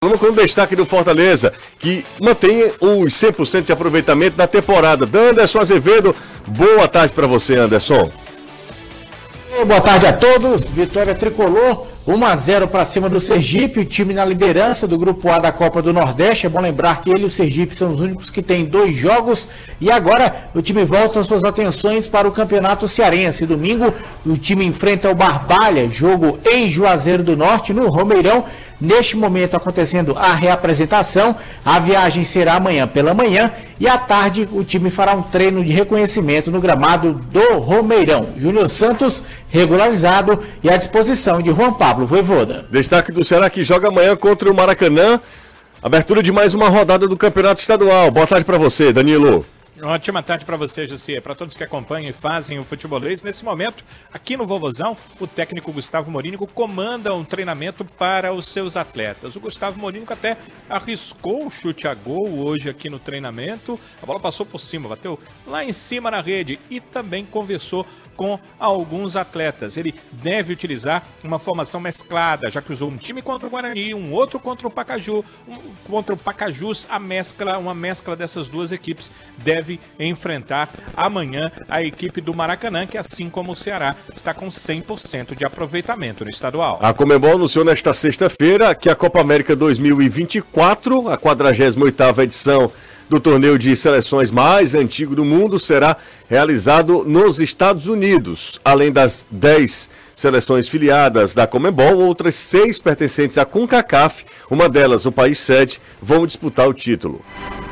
Vamos com o destaque do Fortaleza, que mantém os 100% de aproveitamento da temporada. Anderson Azevedo, boa tarde para você, Anderson. Boa tarde a todos. Vitória tricolor, 1-0 para cima do Sergipe, o time na liderança do Grupo A da Copa do Nordeste. É bom lembrar que ele e o Sergipe são os únicos que têm 2 jogos. E agora o time volta as suas atenções para o Campeonato Cearense. Domingo o time enfrenta o Barbalha, jogo em Juazeiro do Norte, no Romeirão. Neste momento acontecendo a reapresentação. A viagem será amanhã pela manhã e à tarde o time fará um treino de reconhecimento no gramado do Romeirão. Júnior Santos regularizado e à disposição de Juan Pablo Voivoda. Destaque do Ceará que joga amanhã contra o Maracanã. Abertura de mais uma rodada do Campeonato Estadual. Boa tarde para você, Danilo. Ótima tarde para você, José, para todos que acompanham e fazem o futebolês. Nesse momento, aqui no Vovozão, o técnico Gustavo Morínigo comanda um treinamento para os seus atletas. O Gustavo Morínigo até arriscou o chute a gol hoje aqui no treinamento. A bola passou por cima, bateu lá em cima na rede e também conversou com alguns atletas. Ele deve utilizar uma formação mesclada, já que usou um time contra o Guarani, um outro contra o Pacaju, contra o Pacajus, uma mescla dessas duas equipes deve enfrentar amanhã a equipe do Maracanã, que assim como o Ceará, está com 100% de aproveitamento no estadual. A Conmebol anunciou nesta sexta-feira que a Copa América 2024, a 48ª edição do torneio de seleções mais antigo do mundo, será realizado nos Estados Unidos. Além das 10 seleções filiadas da Conmebol, outras 6 pertencentes à CONCACAF, uma delas, o país sede, vão disputar o título.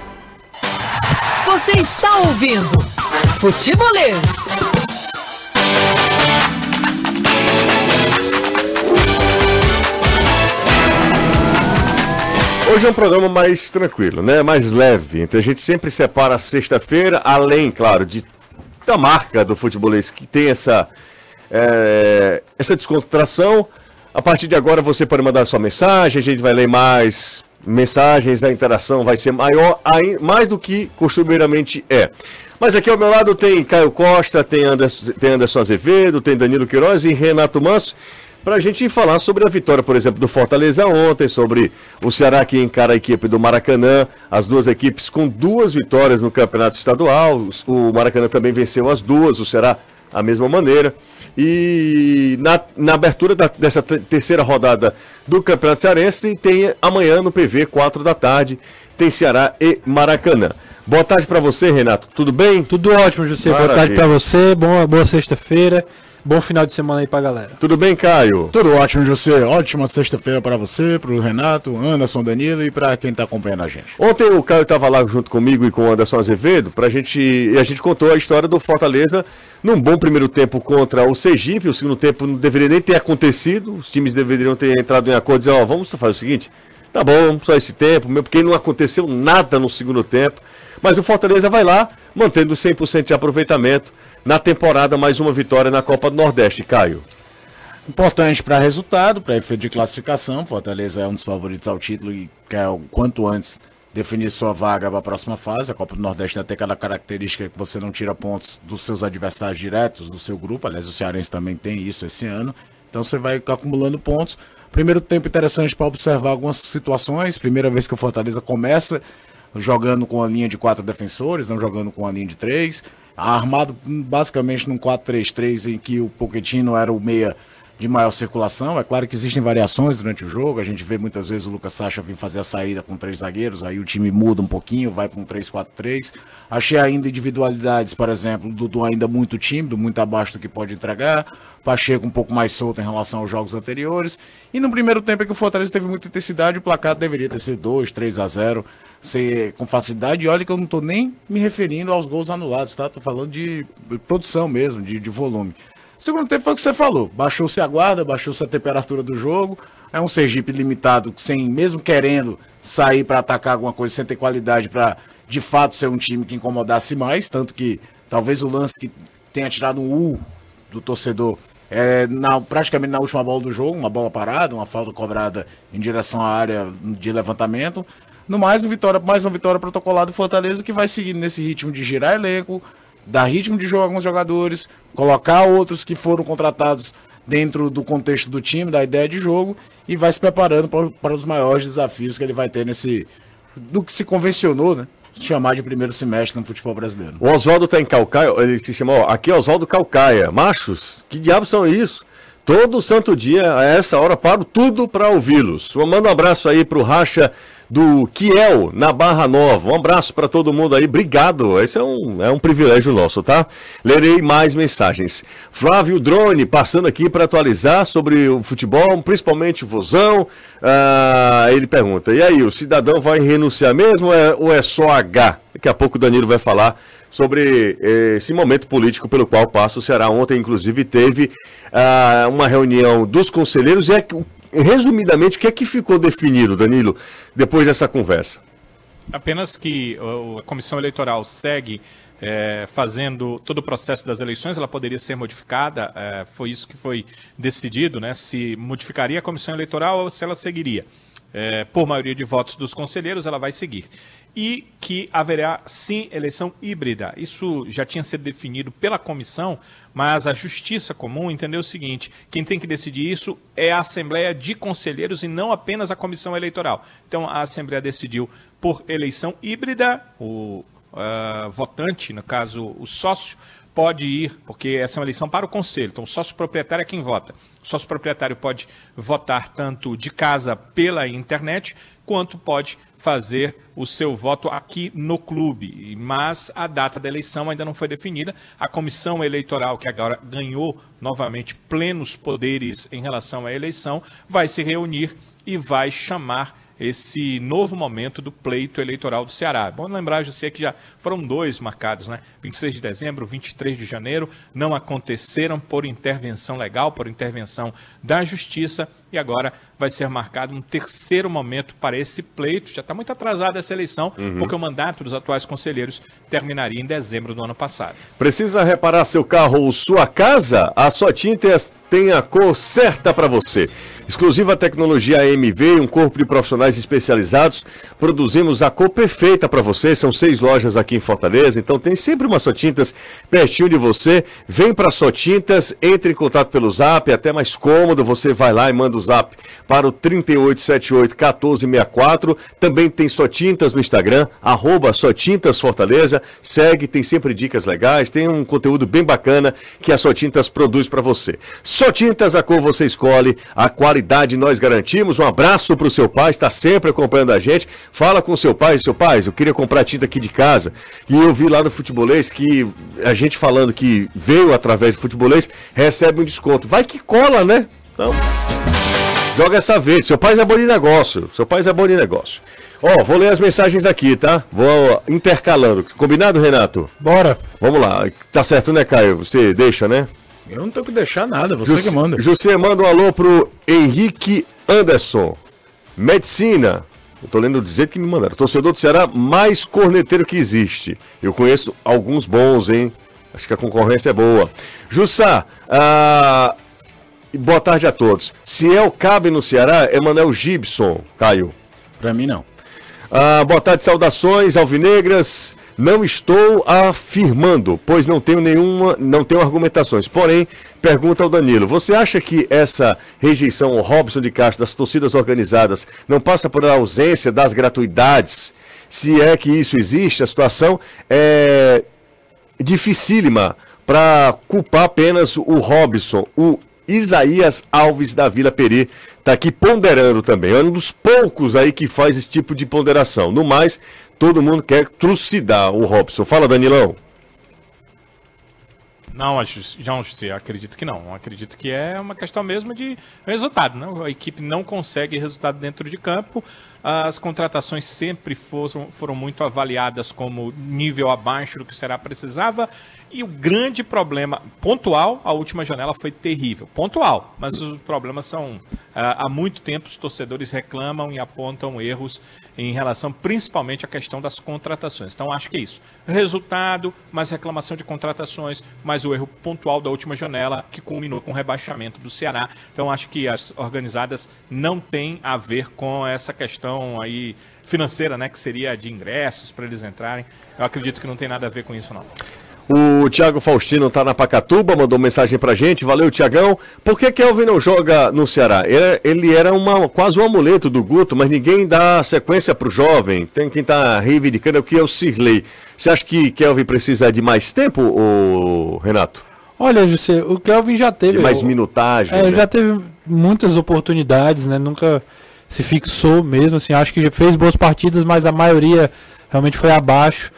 Você está ouvindo Futebolês. Hoje é um programa mais tranquilo, né? Mais leve. Então a gente sempre separa a sexta-feira, além, claro, da marca do futebolês que tem essa descontração. A partir de agora você pode mandar sua mensagem, a gente vai ler mais mensagens, a interação vai ser maior, mais do que costumeiramente é. Mas aqui ao meu lado tem Caio Costa, tem Anderson Azevedo, tem Danilo Queiroz e Renato Manso, para a gente falar sobre a vitória, por exemplo, do Fortaleza ontem, sobre o Ceará que encara a equipe do Maracanã, as duas equipes com 2 vitórias no Campeonato Estadual, o Maracanã também venceu as 2, o Ceará a mesma maneira. E na abertura dessa terceira rodada do Campeonato Cearense, tem amanhã no PV, 4 da tarde, tem Ceará e Maracanã. Boa tarde para você, Renato. Tudo bem? Tudo ótimo, José. Boa tarde para você. Boa sexta-feira. Bom final de semana aí pra galera. Tudo bem, Caio? Tudo ótimo, José. Ótima sexta-feira para você, pro Renato, Anderson, Danilo e para quem tá acompanhando a gente. Ontem o Caio tava lá junto comigo e com o Anderson Azevedo, e a gente contou a história do Fortaleza num bom primeiro tempo contra o Sergipe. O segundo tempo não deveria nem ter acontecido, os times deveriam ter entrado em acordo e dizer, vamos fazer o seguinte, tá bom, só esse tempo, mesmo porque não aconteceu nada no segundo tempo. Mas o Fortaleza vai lá, mantendo 100% de aproveitamento. Na temporada, mais uma vitória na Copa do Nordeste, Caio. Importante para resultado, para efeito de classificação. Fortaleza é um dos favoritos ao título e quer o quanto antes definir sua vaga para a próxima fase. A Copa do Nordeste tem aquela característica que você não tira pontos dos seus adversários diretos, do seu grupo. Aliás, o Cearense também tem isso esse ano. Então você vai acumulando pontos. Primeiro tempo interessante para observar algumas situações. Primeira vez que o Fortaleza começa jogando com a linha de 4 defensores, não jogando com a linha de 3. Armado basicamente num 4-3-3 em que o Pochettino era o meia de maior circulação. É claro que existem variações durante o jogo, a gente vê muitas vezes o Lucas Sacha vir fazer a saída com 3 zagueiros, aí o time muda um pouquinho, vai para um 3-4-3. Achei ainda individualidades, por exemplo, o Dudu ainda muito tímido, muito abaixo do que pode entregar, Pacheco um pouco mais solto em relação aos jogos anteriores, e no primeiro tempo é que o Fortaleza teve muita intensidade, o placar deveria ter sido 2-3-0, ser com facilidade, e olha que eu não estou nem me referindo aos gols anulados, tá? Estou falando de produção mesmo, de volume. Segundo tempo foi o que você falou, baixou-se a guarda, baixou-se a temperatura do jogo, é um Sergipe limitado, sem, mesmo querendo sair para atacar alguma coisa, sem ter qualidade para, de fato, ser um time que incomodasse mais, tanto que talvez o lance que tenha tirado um U do torcedor praticamente na última bola do jogo, uma bola parada, uma falta cobrada em direção à área de levantamento. No mais, mais uma vitória protocolada do Fortaleza, que vai seguindo nesse ritmo de girar elenco, dar ritmo de jogo a alguns jogadores, colocar outros que foram contratados dentro do contexto do time, da ideia de jogo, e vai se preparando para os maiores desafios que ele vai ter do que se convencionou, né? Chamar de primeiro semestre no futebol brasileiro. O Oswaldo tá em Calcaia, ele se chama, aqui é Oswaldo Calcaia. Machos, que diabos são isso? Todo santo dia, a essa hora, paro tudo para ouvi-los. Manda um abraço aí pro Racha do Kiel, na Barra Nova. Um abraço para todo mundo aí, obrigado. Esse é um privilégio nosso, tá? Lerei mais mensagens. Flávio Drone, passando aqui para atualizar sobre o futebol, principalmente o Vozão. Ele pergunta, e aí, o cidadão vai renunciar mesmo ou é só H? Daqui a pouco o Danilo vai falar sobre esse momento político pelo qual passa o Ceará. Ontem, inclusive, teve uma reunião dos conselheiros. Resumidamente, o que é que ficou definido, Danilo, depois dessa conversa? Apenas que a comissão eleitoral segue fazendo todo o processo das eleições, ela poderia ser modificada, foi isso que foi decidido, né? Se modificaria a comissão eleitoral ou se ela seguiria. Por maioria de votos dos conselheiros, ela vai seguir. E que haverá, sim, eleição híbrida. Isso já tinha sido definido pela comissão, mas a Justiça Comum entendeu o seguinte, quem tem que decidir isso é a Assembleia de Conselheiros e não apenas a Comissão Eleitoral. Então, a Assembleia decidiu por eleição híbrida, o votante, no caso, o sócio, pode ir, porque essa é uma eleição para o Conselho, então o sócio proprietário é quem vota. O sócio proprietário pode votar tanto de casa pela internet, quanto pode fazer o seu voto aqui no clube. Mas a data da eleição ainda não foi definida. A comissão eleitoral, que agora ganhou novamente plenos poderes em relação à eleição, vai se reunir e vai chamar esse novo momento do pleito eleitoral do Ceará. Bom lembrar, José, que já foram 2 marcados, né? 26 de dezembro, 23 de janeiro, não aconteceram por intervenção legal, por intervenção da Justiça, e agora vai ser marcado um terceiro momento para esse pleito. Já está muito atrasada essa eleição, porque o mandato dos atuais conselheiros terminaria em dezembro do ano passado. Precisa reparar seu carro ou sua casa? A Só Tintas tem a cor certa para você. Exclusiva tecnologia AMV, um corpo de profissionais especializados. Produzimos a cor perfeita para você. São 6 lojas aqui em Fortaleza, então tem sempre uma Só Tintas pertinho de você. Vem para Só Tintas, entre em contato pelo Zap, é até mais cômodo. Você vai lá e manda o Zap para o 3878-1464. Também tem Só Tintas no Instagram, @Só Tintas Fortaleza. Segue, tem sempre dicas legais, tem um conteúdo bem bacana que a Só Tintas produz para você. Só Tintas, a cor você escolhe, a qualidade nós garantimos. Um abraço para o seu pai, está sempre acompanhando a gente. Fala com o seu pai, eu queria comprar tinta aqui de casa. E eu vi lá no Futebolês que a gente falando que veio através do Futebolês, recebe um desconto. Vai que cola, né? Então, joga essa vez. Seu pai é bom de negócio. Ó, vou ler as mensagens aqui, tá? Vou intercalando. Combinado, Renato? Bora. Vamos lá. Tá certo, né, Caio? Você deixa, né? Eu não tenho que deixar nada, você que manda. José, manda um alô pro Henrique Anderson. Medicina. Eu tô lendo do jeito que me mandaram. Torcedor do Ceará mais corneteiro que existe. Eu conheço alguns bons, hein? Acho que a concorrência é boa. Jussá, boa tarde a todos. Ciel cabe no Ceará, Emanuel Gibson, Caio. Pra mim, não. Boa tarde, saudações alvinegras. Não estou afirmando, pois não tenho argumentações. Porém, pergunta ao Danilo, você acha que essa rejeição ao Robson de Castro das torcidas organizadas não passa por ausência das gratuidades? Se é que isso existe, a situação é dificílima para culpar apenas o Robson. O Isaías Alves da Vila Peri está aqui ponderando também. É um dos poucos aí que faz esse tipo de ponderação. No mais, todo mundo quer trucidar o Robson. Fala, Danilão. Não, José, acredito que não. Acredito que é uma questão mesmo de resultado, né? A equipe não consegue resultado dentro de campo. As contratações sempre foram muito avaliadas como nível abaixo do que o Ceará precisava. E o grande problema, pontual, a última janela foi terrível. Pontual, mas os problemas são... há muito tempo os torcedores reclamam e apontam erros em relação principalmente à questão das contratações. Então acho que é isso. Resultado, mais reclamação de contratações, mais o erro pontual da última janela que culminou com o rebaixamento do Ceará. Então acho que as organizadas não têm a ver com essa questão aí financeira, né, que seria de ingressos para eles entrarem. Eu acredito que não tem nada a ver com isso, não. O Thiago Faustino tá na Pacatuba, mandou mensagem pra gente. Valeu, Thiagão. Por que Kelvin não joga no Ceará? Ele era quase um amuleto do Guto, mas ninguém dá sequência pro jovem. Tem quem tá reivindicando, que é o Cirlei. Você acha que Kelvin precisa de mais tempo, Renato? Olha, José, o Kelvin já teve... De mais minutagem, né? Já teve muitas oportunidades, né? Nunca se fixou mesmo, assim. Acho que já fez boas partidas, mas a maioria realmente foi abaixo.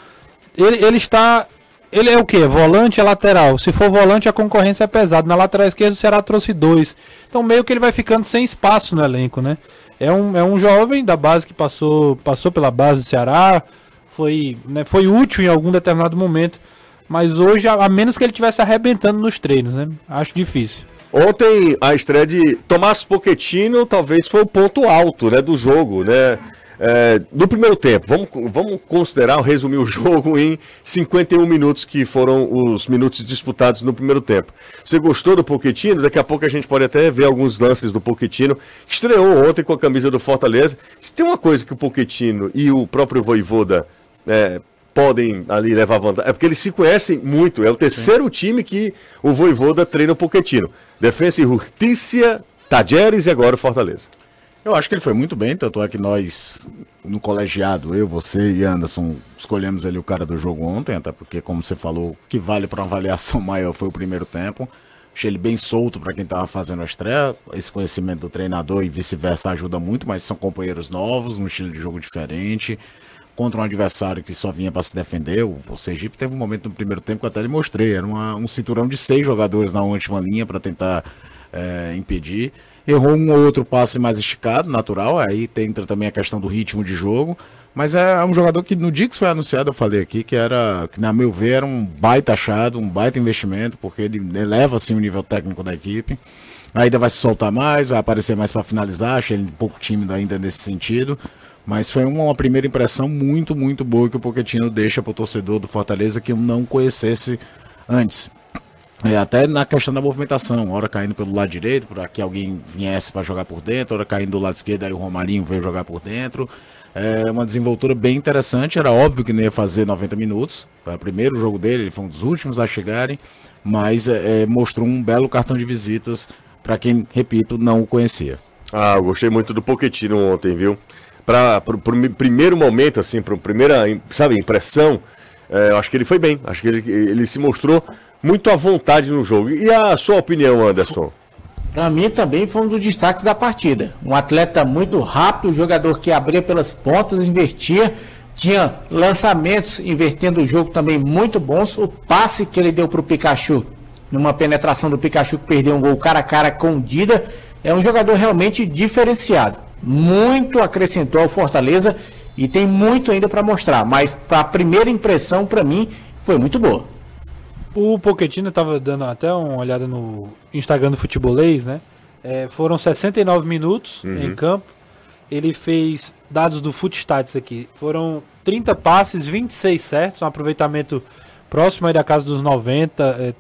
Ele é o quê? Volante, é lateral. Se for volante, a concorrência é pesada. Na lateral esquerda, o Ceará trouxe 2. Então, meio que ele vai ficando sem espaço no elenco, né? É um jovem da base que passou pela base do Ceará. Foi útil em algum determinado momento. Mas hoje, a menos que ele estivesse arrebentando nos treinos, né? Acho difícil. Ontem, a estreia de Tomás Pochettino talvez foi o ponto alto, né, do jogo, né? Do primeiro tempo, vamos considerar, resumir o jogo em 51 minutos, que foram os minutos disputados no primeiro tempo. Você gostou do Pochettino? Daqui a pouco a gente pode até ver alguns lances do Pochettino, que estreou ontem com a camisa do Fortaleza. Se tem uma coisa que o Pochettino e o próprio Vojvoda podem ali levar vantagem, é porque eles se conhecem muito, é o terceiro time que o Vojvoda treina o Pochettino. Defensa e Justiça, Tajeres e agora o Fortaleza. Eu acho que ele foi muito bem, tanto é que nós, no colegiado, eu, você e Anderson, escolhemos ali o cara do jogo ontem, até porque, como você falou, o que vale para uma avaliação maior foi o primeiro tempo. Achei ele bem solto para quem estava fazendo a estreia. Esse conhecimento do treinador e vice-versa ajuda muito, mas são companheiros novos, num estilo de jogo diferente, contra um adversário que só vinha para se defender. O Sergipe teve um momento no primeiro tempo que eu até lhe mostrei, era um cinturão de 6 jogadores na última linha para tentar impedir. Errou um ou outro passe mais esticado, natural, aí entra também a questão do ritmo de jogo, mas é um jogador que no dia que foi anunciado, eu falei aqui, que na meu ver, era um baita achado, um baita investimento, porque ele eleva assim o nível técnico da equipe, ainda vai se soltar mais, vai aparecer mais para finalizar, achei ele um pouco tímido ainda nesse sentido, mas foi uma primeira impressão muito, muito boa que o Pochettino deixa para o torcedor do Fortaleza que eu não conhecesse antes. Até na questão da movimentação, hora caindo pelo lado direito, para que alguém viesse para jogar por dentro, hora caindo do lado esquerdo, aí o Romarinho veio jogar por dentro. É uma desenvoltura bem interessante, era óbvio que não ia fazer 90 minutos, foi o primeiro jogo dele, ele foi um dos últimos a chegarem, mas mostrou um belo cartão de visitas para quem, repito, não o conhecia. Eu gostei muito do Pochettino ontem, viu? Para o primeiro momento, assim, para a primeira, impressão, eu acho que ele foi bem, acho que ele se mostrou muito à vontade no jogo. E a sua opinião, Anderson? Para mim também foi um dos destaques da partida. Um atleta muito rápido, jogador que abria pelas pontas, invertia, tinha lançamentos invertendo o jogo também muito bons. O passe que ele deu para o Pikachu, numa penetração do Pikachu que perdeu um gol cara a cara com o Dida, é um jogador realmente diferenciado. Muito acrescentou ao Fortaleza e tem muito ainda para mostrar. Mas a primeira impressão para mim foi muito boa. O Pochettino estava dando até uma olhada no Instagram do Futebolês, né? Foram 69 minutos em campo. Ele fez, dados do Footstats aqui, foram 30 passes, 26 certos, um aproveitamento próximo aí da casa dos 90,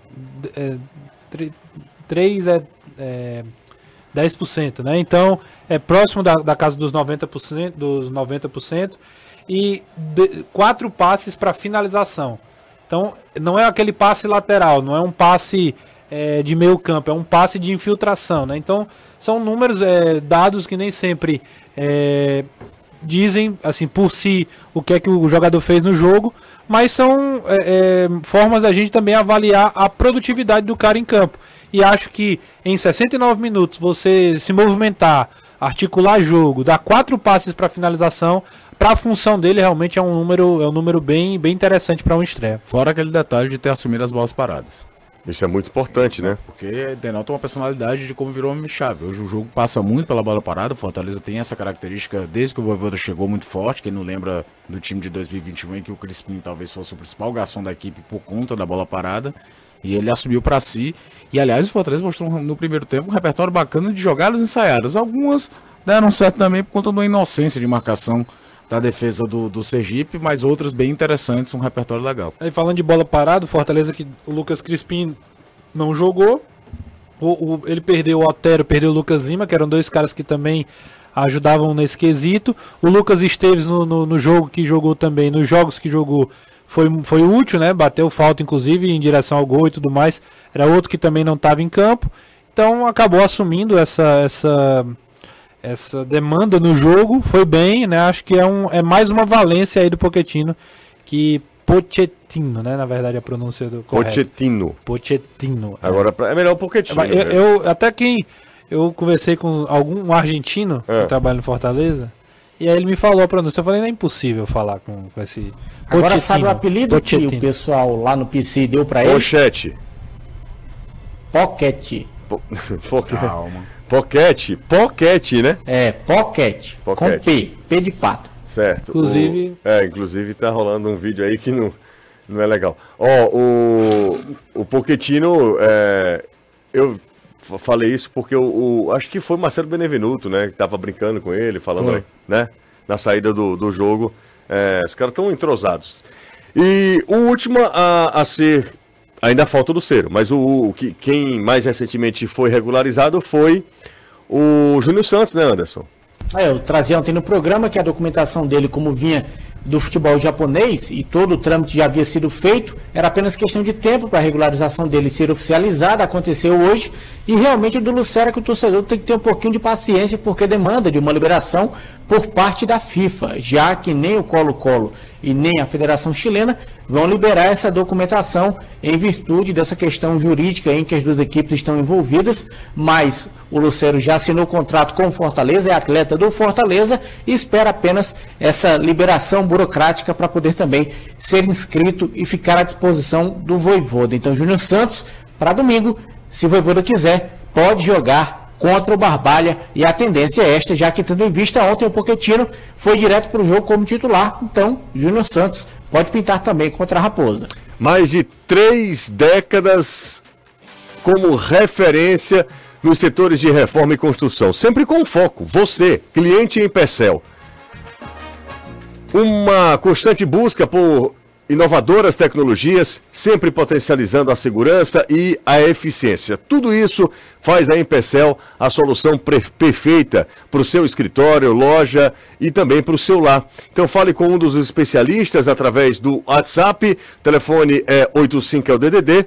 10%, né? Então, é próximo da casa dos 90%, e 4 passes para finalização. Então, não é aquele passe lateral, não é um passe de meio campo, é um passe de infiltração, né? Então, são números, dados que nem sempre dizem, assim, por si, o que é que o jogador fez no jogo, mas são formas da gente também avaliar a produtividade do cara em campo. E acho que em 69 minutos, você se movimentar, articular jogo, dar 4 passes para finalização, para a função dele realmente é um número bem interessante para uma estreia. Fora aquele detalhe de ter assumido as bolas paradas. Isso é muito importante, né? Porque denota uma personalidade de como virou homem-chave. Hoje o jogo passa muito pela bola parada, o Fortaleza tem essa característica desde que o Vojvoda chegou muito forte. Quem não lembra do time de 2021 em que o Crispim talvez fosse o principal garçom da equipe por conta da bola parada. E ele assumiu para si. E aliás, o Fortaleza mostrou no primeiro tempo um repertório bacana de jogadas ensaiadas. Algumas deram certo também por conta de uma inocência de marcação da defesa do Sergipe, mas outras bem interessantes, um repertório legal. Aí falando de bola parada, o Fortaleza, que o Lucas Crispim não jogou, ele perdeu o Otero, perdeu o Lucas Lima, que eram 2 caras que também ajudavam nesse quesito. O Lucas Esteves no jogo que jogou também, nos jogos que jogou, foi útil, né? Bateu falta, inclusive, em direção ao gol e tudo mais. Era outro que também não estava em campo. Então acabou assumindo essa demanda no jogo. Foi bem, né? Acho que é mais uma valência aí do Pochettino, que Pochettino, né? Na verdade a pronúncia do correto. Pochettino. Agora é melhor o Pochettino. Eu conversei com um argentino que trabalha no Fortaleza, e aí ele me falou a pronúncia. Eu falei, não é impossível falar com esse Agora Pochettino. sabe o apelido que o pessoal lá no PC deu pra ele? Pochete. Pocket. Calma. Pocket, né? É, Pocket. Com P de pato. Certo. Inclusive... Inclusive tá rolando um vídeo aí que não é legal. O Pochettino, eu falei isso porque acho que foi o Marcelo Benevenuto, né? Que tava brincando com ele, falando, né? Na saída do jogo. Os caras estão entrosados. E o último a ser... Ainda falta o Lucero, mas quem mais recentemente foi regularizado foi o Júnior Santos, né, Anderson? Eu trazia ontem no programa que a documentação dele, como vinha do futebol japonês e todo o trâmite já havia sido feito, era apenas questão de tempo para a regularização dele ser oficializada. Aconteceu hoje, e realmente o do Lucero é que o torcedor tem que ter um pouquinho de paciência, porque demanda de uma liberação por parte da FIFA, já que nem o Colo-Colo e nem a Federação Chilena vão liberar essa documentação em virtude dessa questão jurídica em que as duas equipes estão envolvidas. Mas o Lucero já assinou contrato com o Fortaleza, é atleta do Fortaleza e espera apenas essa liberação burocrática para poder também ser inscrito e ficar à disposição do Vojvoda. Então, Júnior Santos, para domingo, se o Vojvoda quiser, pode jogar contra o Barbalha, e a tendência é esta, já que tendo em vista ontem o Pochettino foi direto para o jogo como titular. Então, Júnior Santos pode pintar também contra a Raposa. Mais de 3 décadas como referência nos setores de reforma e construção, sempre com foco, você, cliente em Empecel. Uma constante busca por inovadoras tecnologias, sempre potencializando a segurança e a eficiência. Tudo isso faz da Empecel a solução perfeita para o seu escritório, loja e também para o seu lar. Então fale com um dos especialistas através do WhatsApp, telefone é 85 é o DDD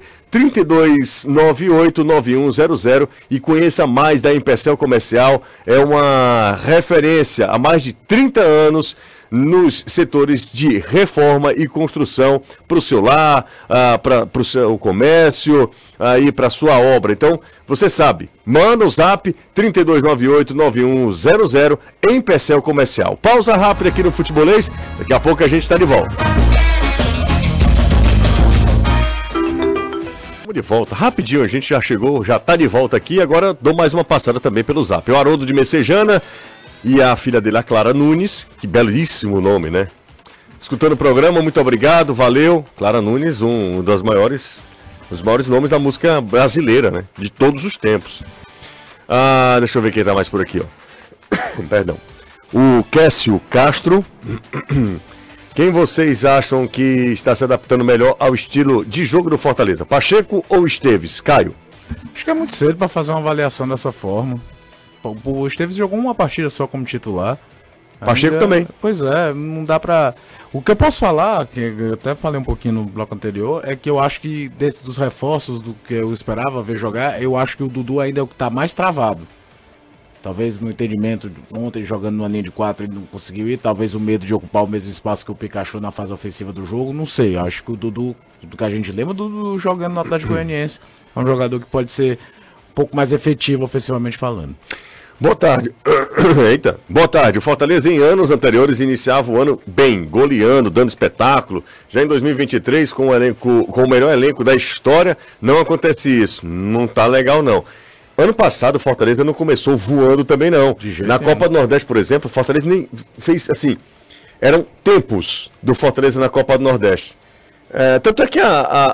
32989100 e conheça mais da Empecel Comercial. É uma referência há mais de 30 anos nos setores de reforma e construção para o seu lar, para o seu comércio e para a sua obra. Então, você sabe, manda o zap 32989100 em Empecel Comercial. Pausa rápida aqui no Futebolês, daqui a pouco a gente está de volta. De volta, rapidinho, a gente já chegou, já está de volta aqui, agora dou mais uma passada também pelo zap. O Haroldo de Messejana e a filha dele, a Clara Nunes, que belíssimo nome, né? Escutando o programa, muito obrigado, valeu. Clara Nunes, um dos maiores nomes da música brasileira, né? De todos os tempos. Deixa eu ver quem tá mais por aqui, ó. Perdão. O Cássio Castro. Quem vocês acham que está se adaptando melhor ao estilo de jogo do Fortaleza? Pacheco ou Esteves? Caio? Acho que é muito cedo para fazer uma avaliação dessa forma. O Esteves jogou uma partida só como titular. Pacheco também. Pois é, não dá pra... O que eu posso falar, que eu até falei um pouquinho no bloco anterior, é que eu acho que dos reforços do que eu esperava ver jogar, eu acho que o Dudu ainda é o que tá mais travado. Talvez no entendimento, ontem jogando numa linha de 4 ele não conseguiu ir, talvez o medo de ocupar o mesmo espaço que o Pikachu na fase ofensiva do jogo, não sei. Acho que o Dudu, do que a gente lembra, o Dudu jogando no Atlético Goianiense, é um jogador que pode ser um pouco mais efetivo ofensivamente falando. Boa tarde. Eita, boa tarde. O Fortaleza em anos anteriores iniciava o ano bem, goleando, dando espetáculo. Já em 2023, com o melhor elenco da história, não acontece isso. Não tá legal, não. Ano passado, o Fortaleza não começou voando também, não. Na Copa do Nordeste, por exemplo, o Fortaleza nem fez, assim, eram tempos do Fortaleza na Copa do Nordeste. Tanto é que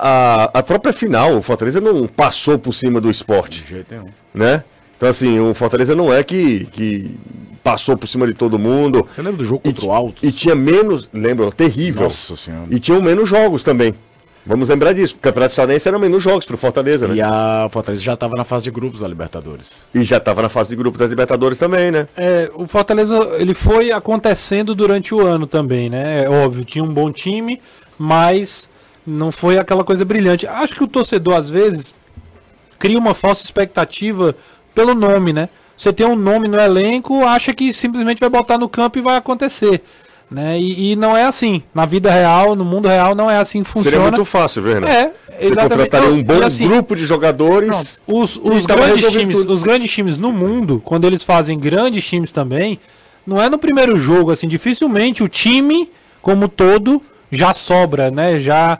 a própria final, o Fortaleza não passou por cima do Sport. De jeito nenhum. Né? Então, assim, o Fortaleza não é que passou por cima de todo mundo. Você lembra do jogo contra o Altos? E tinha menos, lembra, terrível. Nossa Senhora. E tinham menos jogos também. Vamos lembrar disso. O Campeonato Cearense era menos jogos pro Fortaleza, né? E a Fortaleza já estava na fase de grupos da Libertadores. E já estava na fase de grupos das Libertadores também, né? O Fortaleza, ele foi acontecendo durante o ano também, né? É óbvio, tinha um bom time, mas não foi aquela coisa brilhante. Acho que o torcedor, às vezes, cria uma falsa expectativa pelo nome, né? Você tem um nome no elenco, acha que simplesmente vai botar no campo e vai acontecer. Né? E não é assim. Na vida real, no mundo real, não é assim que funciona. Seria muito fácil, viu, Renato? Você contrataria um bom grupo de jogadores. Os grandes times no mundo, quando eles fazem grandes times também, não é no primeiro jogo, assim, dificilmente o time como todo já sobra, né? Já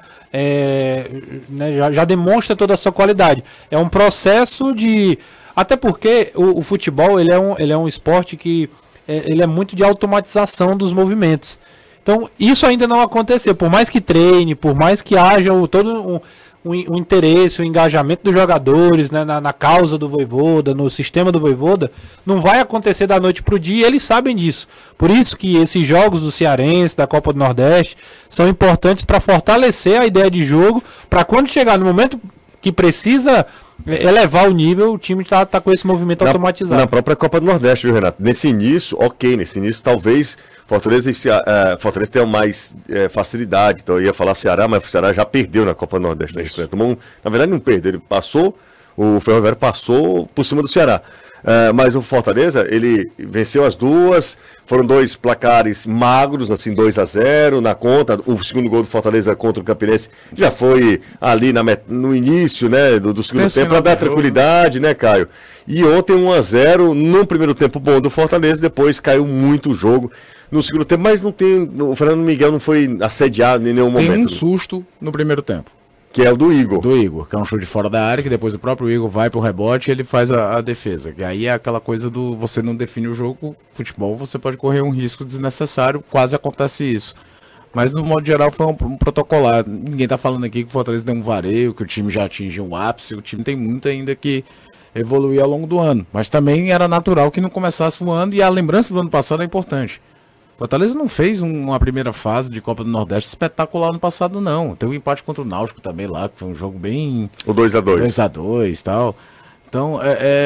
demonstra toda a sua qualidade. É um processo de... Até porque o futebol ele é um esporte que ele é muito de automatização dos movimentos. Então, isso ainda não aconteceu. Por mais que treine, por mais que haja todo um interesse, um engajamento dos jogadores, né, na causa do Vojvoda, no sistema do Vojvoda, não vai acontecer da noite para o dia, e eles sabem disso. Por isso que esses jogos do Cearense, da Copa do Nordeste, são importantes para fortalecer a ideia de jogo, para quando chegar no momento que precisa elevar o nível, o time tá com esse movimento automatizado. Na própria Copa do Nordeste, viu, Renato? Nesse início talvez Fortaleza tenha mais facilidade. Então eu ia falar Ceará, mas o Ceará já perdeu na Copa do Nordeste. Né? Na verdade não perdeu, ele passou, o Ferroviário passou por cima do Ceará. Mas o Fortaleza, ele venceu as duas, foram 2 placares magros, assim, 2-0 na conta. O segundo gol do Fortaleza contra o Campinense já foi ali no início, né, do segundo tempo, para dar tranquilidade, né, Caio? E ontem 1-0 num primeiro tempo bom do Fortaleza, depois caiu muito o jogo no segundo tempo, mas o Fernando Miguel não foi assediado em nenhum momento. Tem um susto no primeiro tempo. Que é o do Igor. Que é um chute de fora da área, que depois o próprio Igor vai pro rebote e ele faz a defesa. Que aí é aquela coisa do você não define o jogo, futebol, você pode correr um risco desnecessário, quase acontece isso. Mas no modo geral foi um protocolar. Ninguém tá falando aqui que o Fortaleza deu um vareio, que o time já atingiu um ápice, o time tem muito ainda que evoluir ao longo do ano. Mas também era natural que não começasse voando, e a lembrança do ano passado é importante. Fortaleza não fez uma primeira fase de Copa do Nordeste espetacular no passado, não. Teve um empate contra o Náutico também lá, que foi um jogo bem... O 2-2. 2-2 e tal. Então,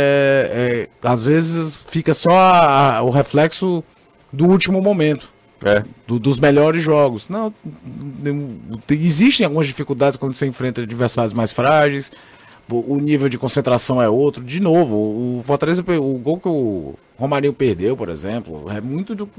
às vezes fica só o reflexo do último momento. Dos melhores jogos. Não, existem algumas dificuldades quando você enfrenta adversários mais frágeis. O nível de concentração é outro. De novo, o Fortaleza, o gol que o Romarinho perdeu, por exemplo, é muito de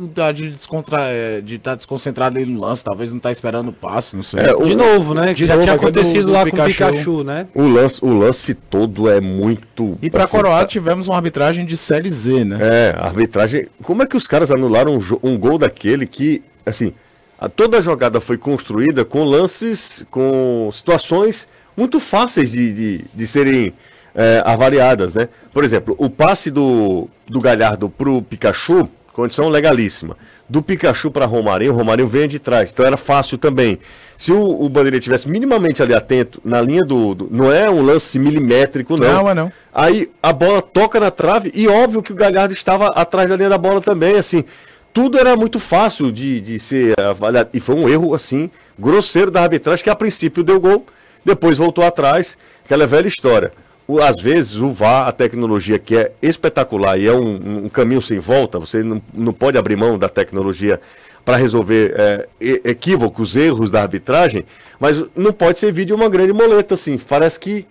estar desconcentrado ali no lance, talvez não estar esperando o passe, não sei. De novo, né? Que já tinha acontecido lá com o Pikachu, né? O lance todo é muito... E para coroar, tivemos uma arbitragem de Série Z, né? Arbitragem... Como é que os caras anularam um gol daquele que, assim, toda a jogada foi construída com lances, com situações muito fáceis de serem avaliadas, né? Por exemplo, o passe do Galhardo pro Pikachu, condição legalíssima. Do Pikachu para Romarinho, o Romarinho vem de trás, então era fácil também. Se o Bandeira estivesse minimamente ali atento, na linha não é um lance milimétrico, não. Não. Aí a bola toca na trave e óbvio que o Galhardo estava atrás da linha da bola também, assim. Tudo era muito fácil de ser avaliado. E foi um erro, assim, grosseiro da arbitragem, que a princípio deu gol, depois voltou atrás, aquela velha história. Às vezes o VAR, a tecnologia que é espetacular e é um caminho sem volta, você não pode abrir mão da tecnologia para resolver equívocos, erros da arbitragem, mas não pode servir de uma grande moleta, assim. Parece que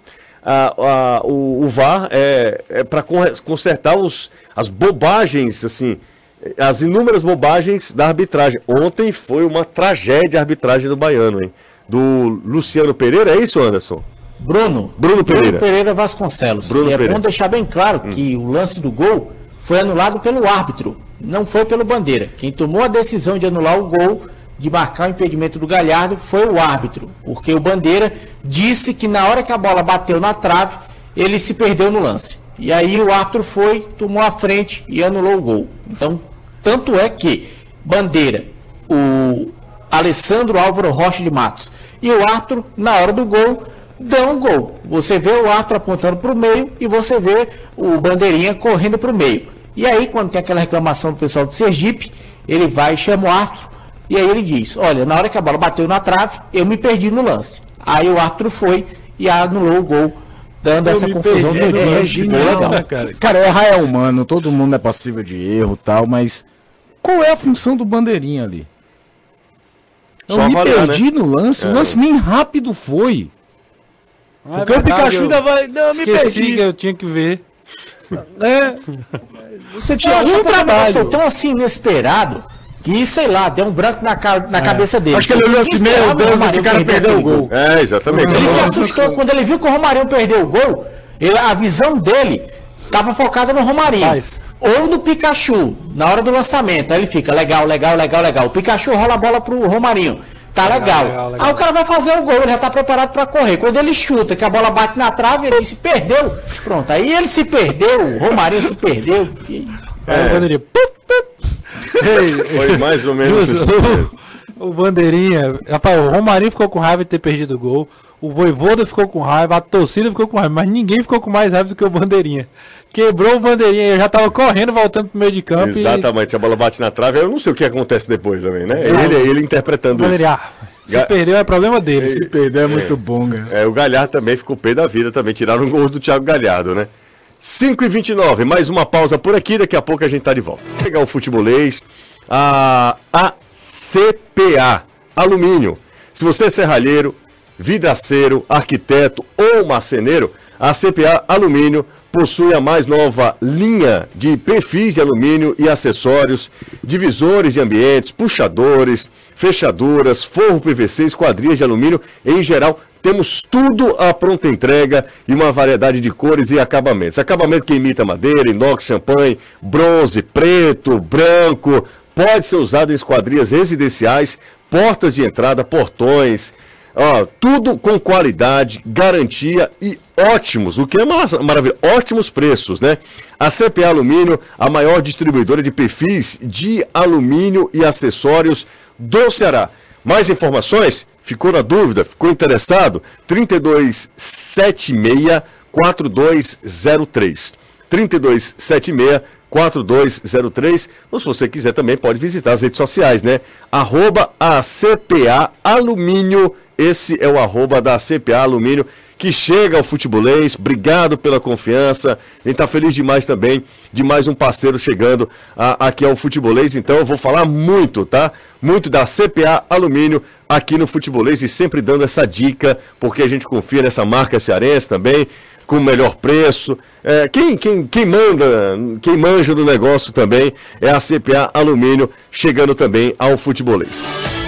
o VAR é para consertar as bobagens, assim, as inúmeras bobagens da arbitragem. Ontem foi uma tragédia a arbitragem do Baiano, hein? Do Luciano Pereira, é isso, Anderson? Bruno Pereira Vasconcelos. Bom deixar bem claro que o lance do gol foi anulado pelo árbitro, não foi pelo Bandeira. Quem tomou a decisão de anular o gol, de marcar o impedimento do Galhardo, foi o árbitro, porque o Bandeira disse que na hora que a bola bateu na trave, ele se perdeu no lance. E aí o árbitro tomou a frente e anulou o gol. Então, tanto é que Bandeira, o Alessandro Álvaro Rocha de Matos e o árbitro, na hora do gol, dão um gol. Você vê o árbitro apontando para o meio e você vê o Bandeirinha correndo para o meio. E aí, quando tem aquela reclamação do pessoal do Sergipe, ele vai e chama o árbitro e aí ele diz: olha, na hora que a bola bateu na trave, eu me perdi no lance. Aí o árbitro foi e anulou o gol, dando essa confusão do legal, né, cara, errar é humano, todo mundo é passível de erro e tal, mas qual é a função do Bandeirinha ali? Eu Só me avaliar, perdi no lance, o lance nem rápido foi. Não é Porque verdade, o Pikachu eu ainda vai. Não, me esqueci perdi. que eu tinha que ver. É. Você tinha Acho que um o cara trabalho. foi tão assim inesperado que, sei lá, deu um branco na cabeça dele. Acho que ele olhou assim, Ninguém meu esperava Deus, o Romarinho esse cara perder perdeu o aquele gol. É, exatamente. Ele se assustou quando ele viu que o Romarinho perdeu o gol. A visão dele estava focada no Romarinho. Faz. Ou no Pikachu, na hora do lançamento. Aí ele fica legal. O Pikachu rola a bola pro Romarinho. Tá legal. legal. Aí o cara vai fazer o gol, ele já tá preparado pra correr. Quando ele chuta, que a bola bate na trave, ele se perdeu. Pronto, aí ele se perdeu, o Romarinho se perdeu. Aí o Bandeirinha. Foi mais ou menos isso. O Bandeirinha. Rapaz, o Romarinho ficou com raiva de ter perdido o gol. O Vojvoda ficou com raiva, a torcida ficou com raiva, mas ninguém ficou com mais raiva do que o Bandeirinha. Quebrou o Bandeirinha, eu já tava correndo, voltando pro meio de campo. Exatamente, a bola bate na trave, eu não sei o que acontece depois também, né? Ele interpretando O Bandeirinha, se perdeu é problema dele. Se perder é muito bom, cara. o Galhardo também ficou pé da vida, também tiraram um gol do Thiago Galhardo, né? 5h29, mais uma pausa por aqui, daqui a pouco a gente tá de volta. Vou pegar o futebolês, a CPA, alumínio. Se você é serralheiro, vidraceiro, arquiteto ou marceneiro, a CPA Alumínio possui a mais nova linha de perfis de alumínio e acessórios, divisores de ambientes, puxadores, fechaduras, forro PVC, esquadrias de alumínio, em geral. Temos tudo à pronta entrega e uma variedade de cores e acabamentos. Acabamento que imita madeira, inox, champanhe, bronze, preto, branco. Pode ser usado em esquadrias residenciais, portas de entrada, portões. Tudo com qualidade, garantia e ótimos, o que é maravilha, ótimos preços, né? A CPA Alumínio, a maior distribuidora de perfis de alumínio e acessórios do Ceará. Mais informações? Ficou na dúvida? Ficou interessado? 3276-4203. 3276-4203. Ou se você quiser também pode visitar as redes sociais, né? @ACPA Alumínio. Esse é o @ da CPA Alumínio, que chega ao futebolês. Obrigado pela confiança. A gente tá feliz demais também de mais um parceiro chegando aqui ao futebolês. Então eu vou falar muito, tá? Muito da CPA Alumínio aqui no futebolês e sempre dando essa dica, porque a gente confia nessa marca cearense também, com o melhor preço. Quem manja do negócio também é a CPA Alumínio, chegando também ao futebolês.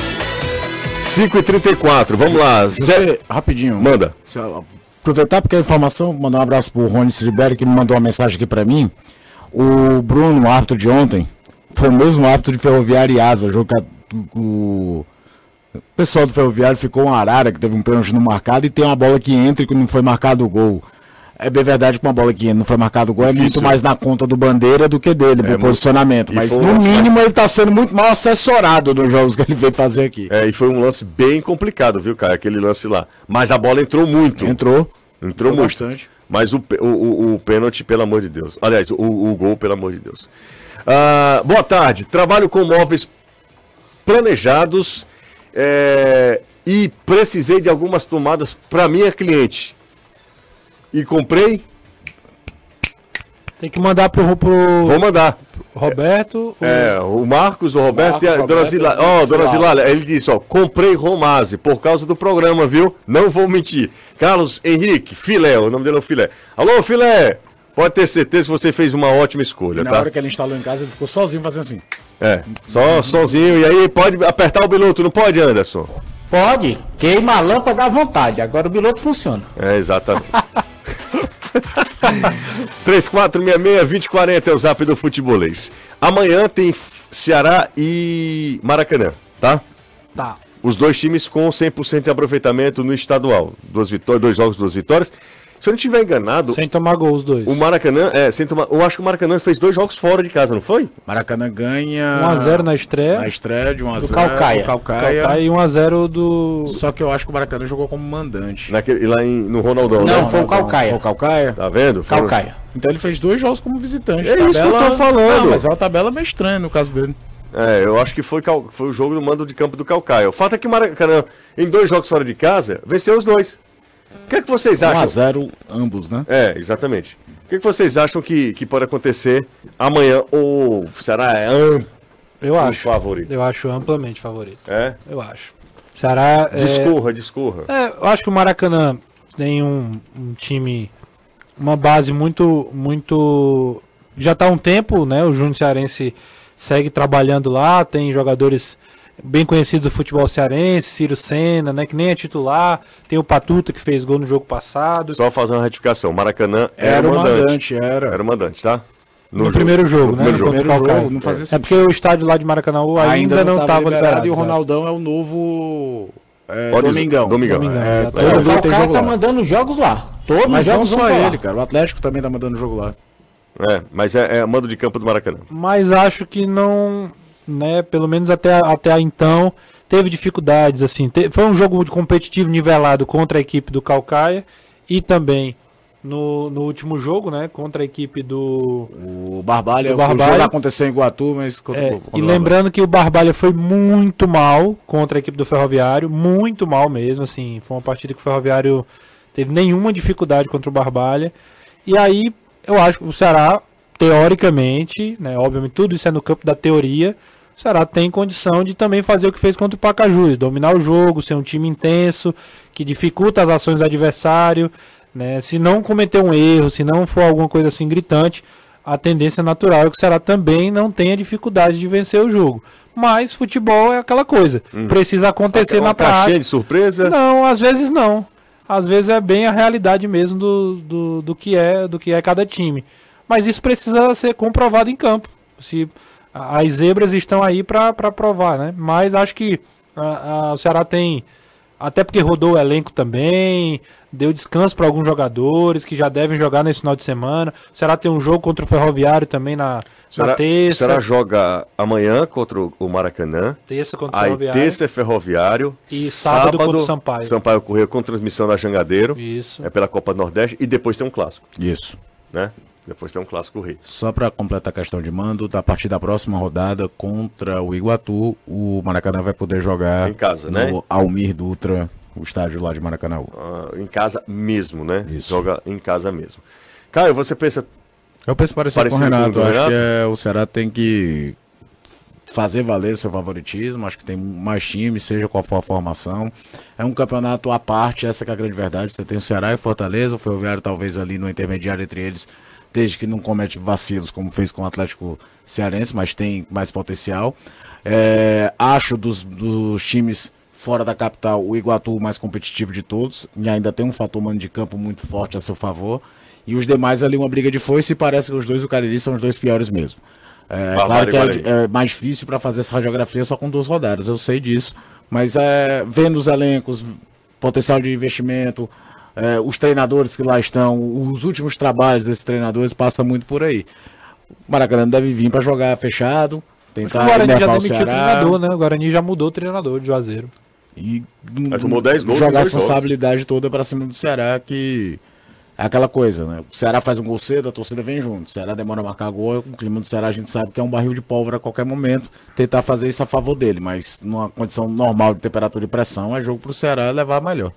5h34, vamos lá. Rapidinho. Manda. Aproveitar porque a informação, mandar um abraço pro Rony Siliberi, que me mandou uma mensagem aqui pra mim. O Bruno, o árbitro de ontem, foi o mesmo árbitro de Ferroviária e Asa. O jogo que o pessoal do Ferroviário ficou uma arara, que teve um pênalti não marcado, e tem uma bola que entra e que não foi marcado o gol. É bem verdade que uma bola que não foi marcado o gol Difícil. É muito mais na conta do Bandeira do que dele, do posicionamento. E Mas foi no um lance, mínimo ele tá sendo muito mal assessorado nos jogos que ele veio fazer aqui. E foi um lance bem complicado, viu, cara? Aquele lance lá. Mas a bola entrou muito. Entrou muito. bastante. Mas o pênalti, pelo amor de Deus. Aliás, o gol, pelo amor de Deus. Boa tarde. Trabalho com móveis planejados e precisei de algumas tomadas para minha cliente. E comprei. Tem que mandar pro Vou mandar. Roberto. O Marcos, o Roberto e a Dona Zilália. Dona Zilália, ele disse, comprei Romase por causa do programa, viu? Não vou mentir. Carlos Henrique, Filé, o nome dele é o Filé. Alô, Filé! Pode ter certeza que você fez uma ótima escolha, Na tá? hora que ele instalou em casa, ele ficou sozinho fazendo assim. Sozinho. E aí pode apertar o biloto, não pode, Anderson? Pode, queima a lâmpada à vontade, agora o piloto funciona. Exatamente. 3466-2040 é o zap do futebolês. Amanhã tem Ceará e Maracanã, tá? Tá. Os dois times com 100% de aproveitamento no estadual. 2 jogos, 2 vitórias. Se eu não estiver enganado, Sem tomar gol os dois. o Maracanã, eu acho que o Maracanã fez 2 jogos fora de casa, não foi? Maracanã ganha 1x0 na estreia. na estreia de 1x0 Do Calcaia. Calcaia. Aí 1x0 do. Só que eu acho que o Maracanã jogou como mandante. No Ronaldão, Não, né? foi o Calcaia. Foi o Calcaia? Tá vendo? Calcaia. Então ele fez 2 jogos como visitante. É isso que eu tô falando. Não, mas é uma tabela meio estranha no caso dele. Eu acho que foi o jogo do mando de campo do Calcaia. O fato é que o Maracanã, em 2 jogos fora de casa, venceu os 2. O que é que vocês acham? 1x0 ambos, né? Exatamente. O que vocês acham que pode acontecer amanhã? Ou será Eu acho. favorito? Eu acho amplamente favorito. É? Eu acho. Ceará... Discorra. Eu acho que o Maracanã tem um time, uma base muito... Já está há um tempo, né? O Júnior Cearense segue trabalhando lá, tem jogadores bem conhecidos do futebol cearense, Ciro Senna, né? Que nem é titular, tem o Patuta que fez gol no jogo passado. Só fazer uma retificação, Maracanã Era o o mandante. Era. Era o mandante, tá? No primeiro jogo, né? Primeiro Calcaia. não fazia É sentido. porque o estádio lá de Maracanã ainda não estava liberado. E o Ronaldão é o novo Domingão. O Calcaia tá mandando jogos lá. Todos Mas os não jogos só vão pra lá. ele, cara. O Atlético também tá mandando jogo lá. Mas é mando de campo do Maracanã. Mas acho que não, né? Pelo menos até então teve dificuldades, assim. Foi um jogo competitivo nivelado contra a equipe do Calcaia e também no último jogo, né? Contra a equipe do... O Barbalha, o jogo aconteceu em Iguatu, mas... E lembrando que o Barbalha foi muito mal contra a equipe do Ferroviário, muito mal mesmo, assim. Foi uma partida que o Ferroviário teve nenhuma dificuldade contra o Barbalha. E aí, eu acho que o Ceará, teoricamente, né? Obviamente tudo isso é no campo da teoria, o Ceará tem condição de também fazer o que fez contra o Pacajus, dominar o jogo, ser um time intenso, que dificulta as ações do adversário, né? Se não cometer um erro, se não for alguma coisa assim gritante, a tendência natural é que o Ceará também não tenha dificuldade de vencer o jogo. Mas futebol é aquela coisa, precisa acontecer na prática. Caixinha de surpresa? Não, às vezes não. Às vezes é bem a realidade mesmo do que é cada time. Mas isso precisa ser comprovado em campo. Se as zebras estão aí para provar, né? Mas acho que o Ceará tem, até porque rodou o elenco também, deu descanso para alguns jogadores que já devem jogar nesse final de semana. O Ceará tem um jogo contra o Ferroviário também na terça. O Ceará joga amanhã contra o Maracanã. Terça contra o Aí Ferroviário. terça é Ferroviário. E sábado contra o Sampaio. Sampaio Corrêa com transmissão da Jangadeiro. Isso. É pela Copa do Nordeste. E depois tem um clássico, Isso. né? Depois tem um clássico rei. Só para completar a questão de mando, a partir da próxima rodada contra o Iguatu, o Maracanã vai poder jogar Em casa, no né? Almir Dutra, o estádio lá de Maracanã. Em casa mesmo, né? Isso. Joga em casa mesmo. Caio, você pensa... Eu penso parecido com o Parecido Renato. com o Eu acho Renato? que o Ceará tem que fazer valer o seu favoritismo. Acho que tem mais times, seja qual for a formação. É um campeonato à parte, essa que é a grande verdade. Você tem o Ceará e o Fortaleza, o Ferroviário talvez ali no intermediário entre eles, desde que não comete vacilos como fez com o Atlético Cearense, mas tem mais potencial. Acho dos times fora da capital o Iguatu o mais competitivo de todos, e ainda tem um fator mano de campo muito forte a seu favor. E os demais ali uma briga de foice, e parece que os dois do Cariri são os dois piores mesmo. Claro que é mais difícil para fazer essa radiografia só com 2 rodadas, eu sei disso, mas vendo os elencos, potencial de investimento, os treinadores que lá estão, os últimos trabalhos desses treinadores passa muito por aí. O Maracanã deve vir para jogar fechado, tentar O Guarani já enervar o demitiu o Ceará. treinador, né? O Guarani já mudou o treinador de Juazeiro. E tomou 10 gols em jogar a 2 jogos. responsabilidade toda para cima do Ceará, que é aquela coisa, né? O Ceará faz um gol cedo, a torcida vem junto. O Ceará demora a marcar gol, o clima do Ceará a gente sabe que é um barril de pólvora a qualquer momento. Tentar fazer isso a favor dele, mas numa condição normal de temperatura e pressão, é jogo pro Ceará levar melhor.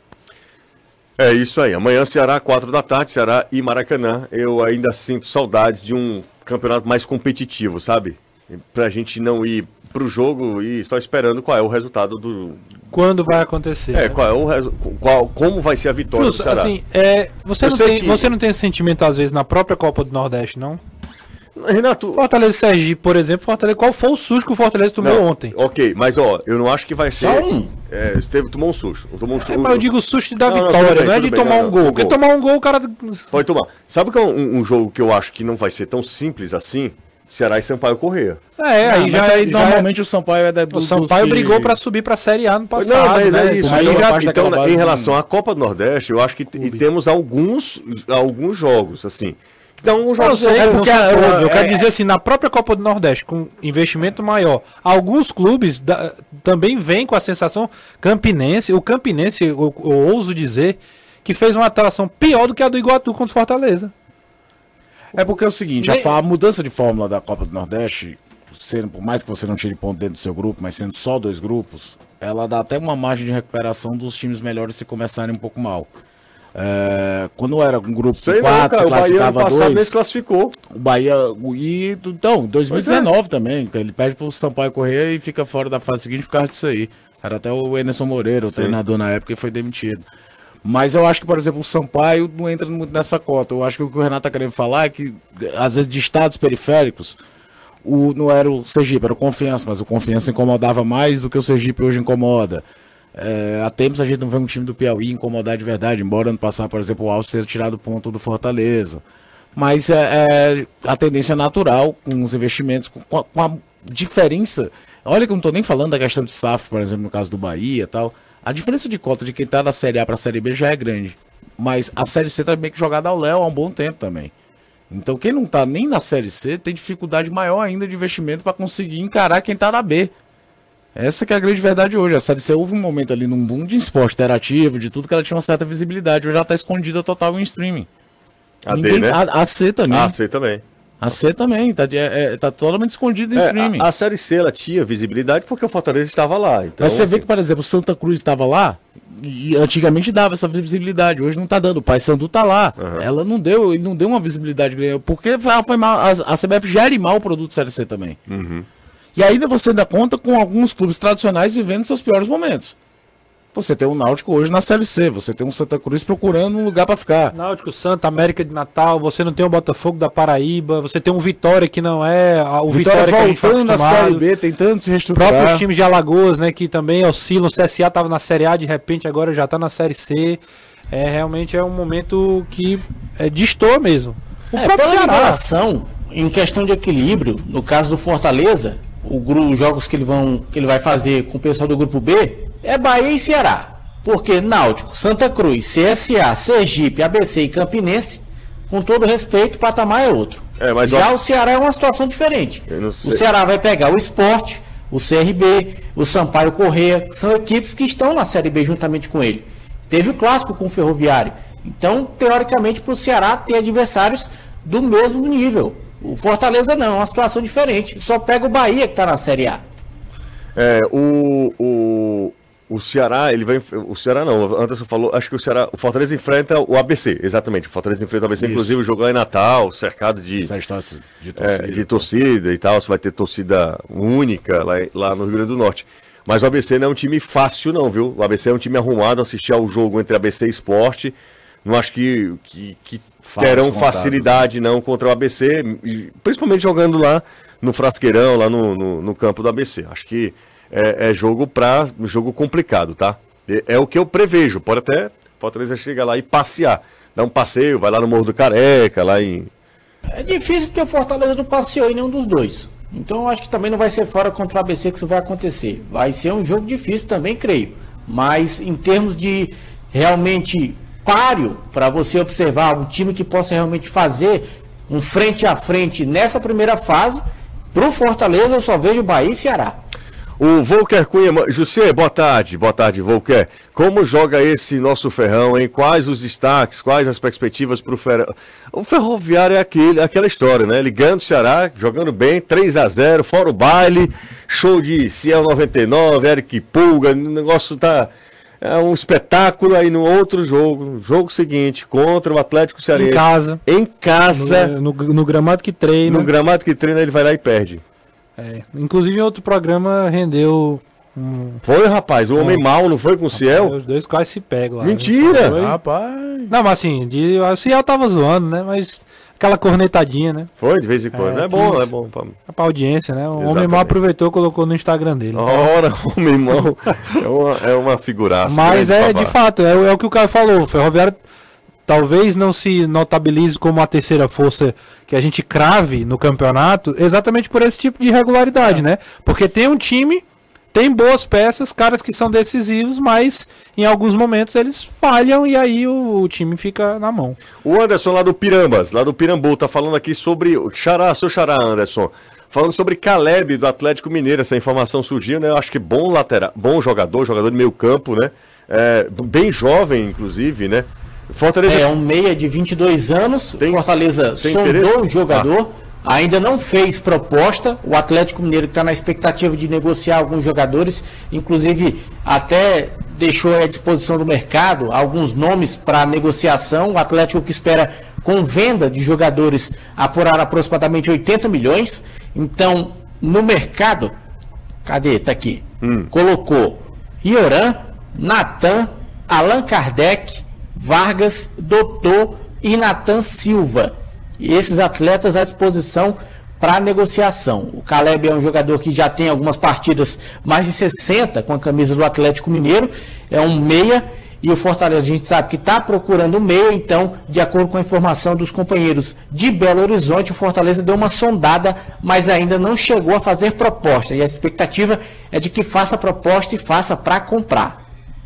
É isso aí. Amanhã Ceará, 4 da tarde, Ceará e Maracanã. Eu ainda sinto saudades de um campeonato mais competitivo, sabe? Pra gente não ir pro jogo e só esperando qual é o resultado do... Quando vai acontecer? né? qual é o como vai ser a vitória Justo, do Ceará. assim, Eu sei que- você não tem esse sentimento, às vezes, na própria Copa do Nordeste, não? Renato... Fortaleza e Sergipe, por exemplo, qual foi o susto que o Fortaleza tomou Não, ontem? Ok, mas eu não acho que vai ser... Só um. Tomou um susto. Mas eu digo susto da Não, não, vitória, tudo bem, não é tudo de bem, tomar não, um não, gol. um Porque gol. tomar um gol, o cara... Pode tomar. Sabe que é um jogo que eu acho que não vai ser tão simples assim? Ceará e Sampaio Corrêa. Aí já é... Normalmente o Sampaio é O Sampaio brigou pra subir pra Série A no passado, Não, mas né? é isso. Mas Então, já parte daquela base em relação à Copa do Nordeste, eu acho que temos alguns jogos, assim. Então, Eu jogos sei, é porque porque eu quero dizer assim, na própria Copa do Nordeste, com investimento maior, alguns clubes também vêm com a sensação Campinense, o Campinense, eu ouso dizer, que fez uma atuação pior do que a do Iguatu contra o Fortaleza. É porque é o seguinte, a mudança de fórmula da Copa do Nordeste, por mais que você não tire ponto dentro do seu grupo, mas sendo só 2 grupos, ela dá até uma margem de recuperação dos times melhores se começarem um pouco mal. Quando era um grupo Sei de 4, não, cara, o Bahia ano classificava passado nem 2. se classificou. O Bahia. Então, 2019 também. Ele perde pro Sampaio Corrêa e fica fora da fase seguinte por causa disso aí. Era até o Emerson Moreira, o treinador na época, e foi demitido. Mas eu acho que, por exemplo, o Sampaio não entra muito nessa cota. Eu acho que o que o Renato tá querendo falar é que, às vezes, de estados periféricos, não era o Sergipe, era o Confiança, mas o Confiança incomodava mais do que o Sergipe hoje incomoda. Há tempos a gente não vê um time do Piauí incomodar de verdade, embora ano passado, por exemplo, o Alves ter tirado o ponto do Fortaleza. Mas a tendência natural com os investimentos, com a diferença. Olha que eu não estou nem falando da questão de SAF, por exemplo, no caso do Bahia e tal. A diferença de cota de quem está da Série A para a Série B já é grande. Mas a Série C está meio que jogada ao léu há um bom tempo também. Então quem não está nem na Série C tem dificuldade maior ainda de investimento para conseguir encarar quem está na B. Essa que é a grande verdade hoje. A Série C houve um momento ali num boom de esporte interativo, de tudo que ela tinha uma certa visibilidade. Hoje ela está escondida total em streaming. A D, né? A C também. A C também. A C também, tá totalmente escondido em streaming. A Série C ela tinha visibilidade porque o Fortaleza estava lá. Então, mas você vê que, por exemplo, o Santa Cruz estava lá e antigamente dava essa visibilidade, hoje não tá dando. O Paysandu tá lá. Ele não deu uma visibilidade grande, porque foi mal, a CBF gere mal o produto Série C também. E ainda você dá conta com alguns clubes tradicionais vivendo seus piores momentos. Você tem um Náutico hoje na Série C, você tem um Santa Cruz procurando um lugar para ficar. Náutico, Santa, América de Natal, você não tem o Botafogo da Paraíba, você tem um Vitória que não é o Vitória que a gente tá voltando na Série B, tentando se reestruturar. Próprios times de Alagoas, né, que também oscilam, o CSA estava na Série A, de repente agora já está na Série C. Realmente é um momento que destoa mesmo. O próprio Ceará. Em questão de equilíbrio, no caso do Fortaleza, os jogos que ele vai fazer com o pessoal do grupo B é Bahia e Ceará. Porque Náutico, Santa Cruz, CSA, Sergipe, ABC e Campinense, com todo respeito, o patamar é outro. Já o Ceará é uma situação diferente. O Ceará vai pegar o Sport, o CRB, o Sampaio Corrêa, são equipes que estão na Série B juntamente com ele. Teve o clássico com o Ferroviário. Então, teoricamente, para o Ceará ter adversários do mesmo nível. O Fortaleza não, é uma situação diferente. Só pega o Bahia que está na Série A. O Ceará, ele vai. O Ceará não, o Anderson falou, acho que o Fortaleza enfrenta o ABC, exatamente. O Fortaleza enfrenta o ABC, isso. Inclusive o jogo lá em Natal, cercado de torcida e tal. Você vai ter torcida única lá no Rio Grande do Norte. Mas o ABC não é um time fácil, não, viu? O ABC é um time arrumado. Assistir ao jogo entre ABC e Sport. Não acho que terão facilidade não contra o ABC, principalmente jogando lá no Frasqueirão, lá no campo do ABC. Acho que é jogo complicado, tá? É o que eu prevejo. Pode até o Fortaleza chegar lá e passear. Dar um passeio, vai lá no Morro do Careca, lá em... É difícil porque o Fortaleza não passeou em nenhum dos dois. Então eu acho que também não vai ser fora contra o ABC que isso vai acontecer. Vai ser um jogo difícil também, creio. Mas em termos de realmente páreo, para você observar um time que possa realmente fazer um frente a frente nessa primeira fase, pro Fortaleza eu só vejo Bahia e Ceará. O Volker Cunha, José, boa tarde, Volker. Como joga esse nosso Ferrão, hein? Quais os destaques, quais as perspectivas pro Ferrão? O Ferroviário é aquela história, né? Ele ganha do Ceará, jogando bem, 3-0, fora o baile, show de Ciel 99, Eric Pulga, o negócio tá... É um espetáculo. Aí no outro jogo seguinte, contra o Atlético Cearense. Em casa. No gramado que treina. No gramado que treina, ele vai lá e perde. Inclusive em outro programa rendeu... Foi, rapaz, o homem mau, não foi com o Ciel? Os dois quase se pegam lá. Mentira! Rapaz. Não, mas assim, o Ciel tava zoando, né? Mas aquela cornetadinha, né? Foi, de vez em quando. É bom. Pra audiência, né? O homem mau aproveitou e colocou no Instagram dele. Ora, o homem mau é uma figuraça. Mas de fato, é o que o cara falou. O Ferroviário talvez não se notabilize como a terceira força que a gente crave no campeonato, exatamente por esse tipo de irregularidade, né? Porque tem um time, tem boas peças, caras que são decisivos, mas em alguns momentos eles falham e aí o time fica na mão. O Anderson lá do Pirambas, lá do Pirambu, tá falando aqui sobre o seu xará, Anderson. Falando sobre Caleb do Atlético Mineiro, essa informação surgiu, né? Eu acho que bom jogador de meio campo, né? Bem jovem, inclusive, né? Fortaleza... um meia de 22 anos, Fortaleza sondou o jogador, ainda não fez proposta, o Atlético Mineiro está na expectativa de negociar alguns jogadores, inclusive até deixou à disposição do mercado alguns nomes para negociação. O Atlético que espera, com venda de jogadores, apurar aproximadamente 80 milhões. Então, no mercado, cadê? Tá aqui. Colocou Ioran, Natan, Allan Kardec, Vargas, Dotô e Nathan Silva. E esses atletas à disposição para negociação. O Caleb é um jogador que já tem algumas partidas, mais de 60 com a camisa do Atlético Mineiro, é um meia, e o Fortaleza a gente sabe que está procurando meia, então, de acordo com a informação dos companheiros de Belo Horizonte, o Fortaleza deu uma sondada, mas ainda não chegou a fazer proposta, e a expectativa é de que faça proposta e faça para comprar.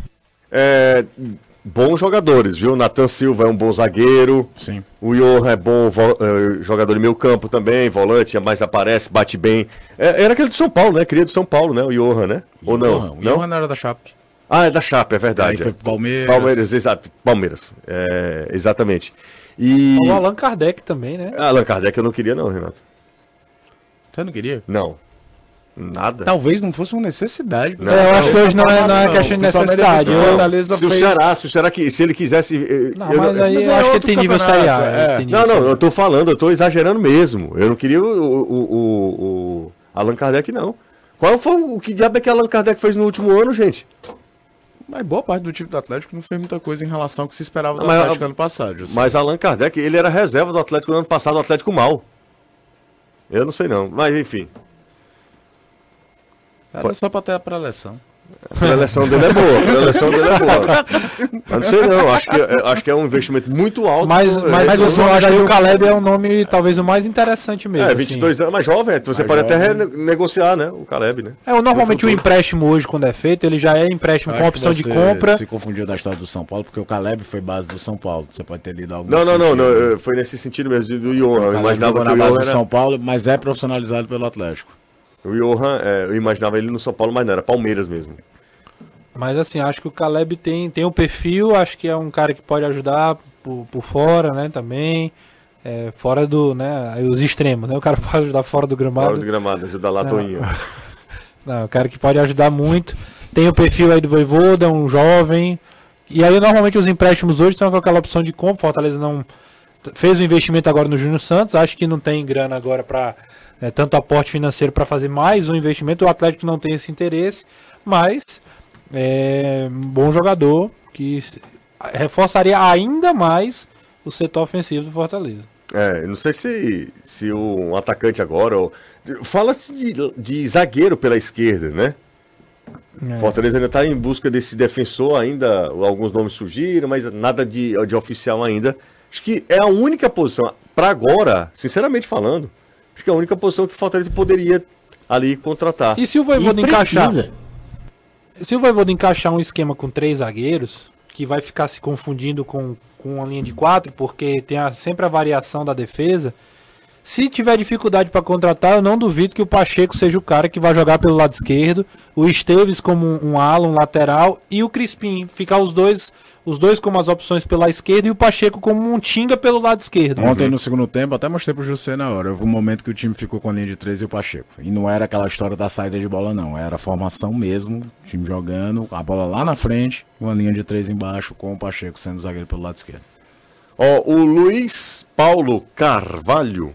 Bons jogadores, viu? Nathan Silva é um bom zagueiro. Sim. O Johan é bom jogador de meio campo também, volante, mais aparece, bate bem. Era aquele de São Paulo, né? Queria do São Paulo, né? O Johan, né? Ou não? O Johan não era da Chape. Ah, é da Chape, é verdade. Aí foi pro Palmeiras. Palmeiras, exato. Palmeiras, exatamente. E... O Allan Kardec também, né? Allan Kardec eu não queria não, Renato. Você não queria? Não. Nada. Talvez não fosse uma necessidade. Não, Eu acho que hoje não é questão de necessidade. Se ele quisesse... Não, mas aí eu acho que ele tem nível Série A. Não, eu tô falando, eu tô exagerando mesmo. Eu não queria o Allan Kardec, não. Qual foi o que diabo é que Allan Kardec fez no último ano, gente? Mas boa parte do time do Atlético não fez muita coisa em relação ao que se esperava do Atlético ano passado. Mas Allan Kardec, ele era reserva do Atlético no ano passado, o Atlético mal. Eu não sei não, mas enfim. Era só pra ter a pré-eleção. A pré-eleção dele é boa. Eu não sei não, acho que é um investimento muito alto. Mas assim, eu acho que o Caleb é um nome talvez o mais interessante mesmo. 22 anos, mais jovem, você pode até renegociar, né? O Caleb, né? Normalmente o empréstimo hoje, quando é feito, ele já é empréstimo com opção de compra. Você confundiu da história do São Paulo, porque o Caleb foi base do São Paulo. Você pode ter lido algo Não, foi nesse sentido mesmo, do Johan. Eu imaginava na base do São Paulo, mas é profissionalizado pelo Atlético. O Johan, eu imaginava ele no São Paulo, mas não, era Palmeiras mesmo. Mas assim, acho que o Caleb tem um perfil, acho que é um cara que pode ajudar por fora, né, também. Fora do, né, os extremos, né, o cara pode ajudar fora do gramado. Fora do gramado, ajudar lá a Toinho. Não, o cara que pode ajudar muito. Tem o perfil aí do Vojvoda, um jovem. E aí, normalmente, os empréstimos hoje estão com aquela opção de compra. Fortaleza não fez o investimento agora no Júnior Santos, acho que não tem grana agora para... tanto aporte financeiro para fazer mais um investimento. O Atlético não tem esse interesse, mas é um bom jogador que reforçaria ainda mais o setor ofensivo do Fortaleza. Não sei se um atacante agora... Fala-se de zagueiro pela esquerda, né? Fortaleza ainda está em busca desse defensor ainda. Alguns nomes surgiram, mas nada de oficial ainda. Acho que é a única posição, para agora, sinceramente falando, acho que é a única posição que o Fortaleza poderia ali contratar. E se o Vojvoda encaixar? Se o Vojvoda encaixar um esquema com 3 zagueiros, que vai ficar se confundindo com uma linha de 4, porque tem sempre a variação da defesa. Se tiver dificuldade para contratar, eu não duvido que o Pacheco seja o cara que vai jogar pelo lado esquerdo, o Esteves como um ala, um lateral, e o Crispim, ficar os dois como as opções pela esquerda e o Pacheco como um Tinga pelo lado esquerdo. Ontem no segundo tempo, até mostrei pro José na hora, houve um momento que o time ficou com a linha de 3 e o Pacheco. E não era aquela história da saída de bola não, era a formação mesmo, o time jogando, a bola lá na frente, uma linha de 3 embaixo com o Pacheco sendo zagueiro pelo lado esquerdo. O Luiz Paulo Carvalho,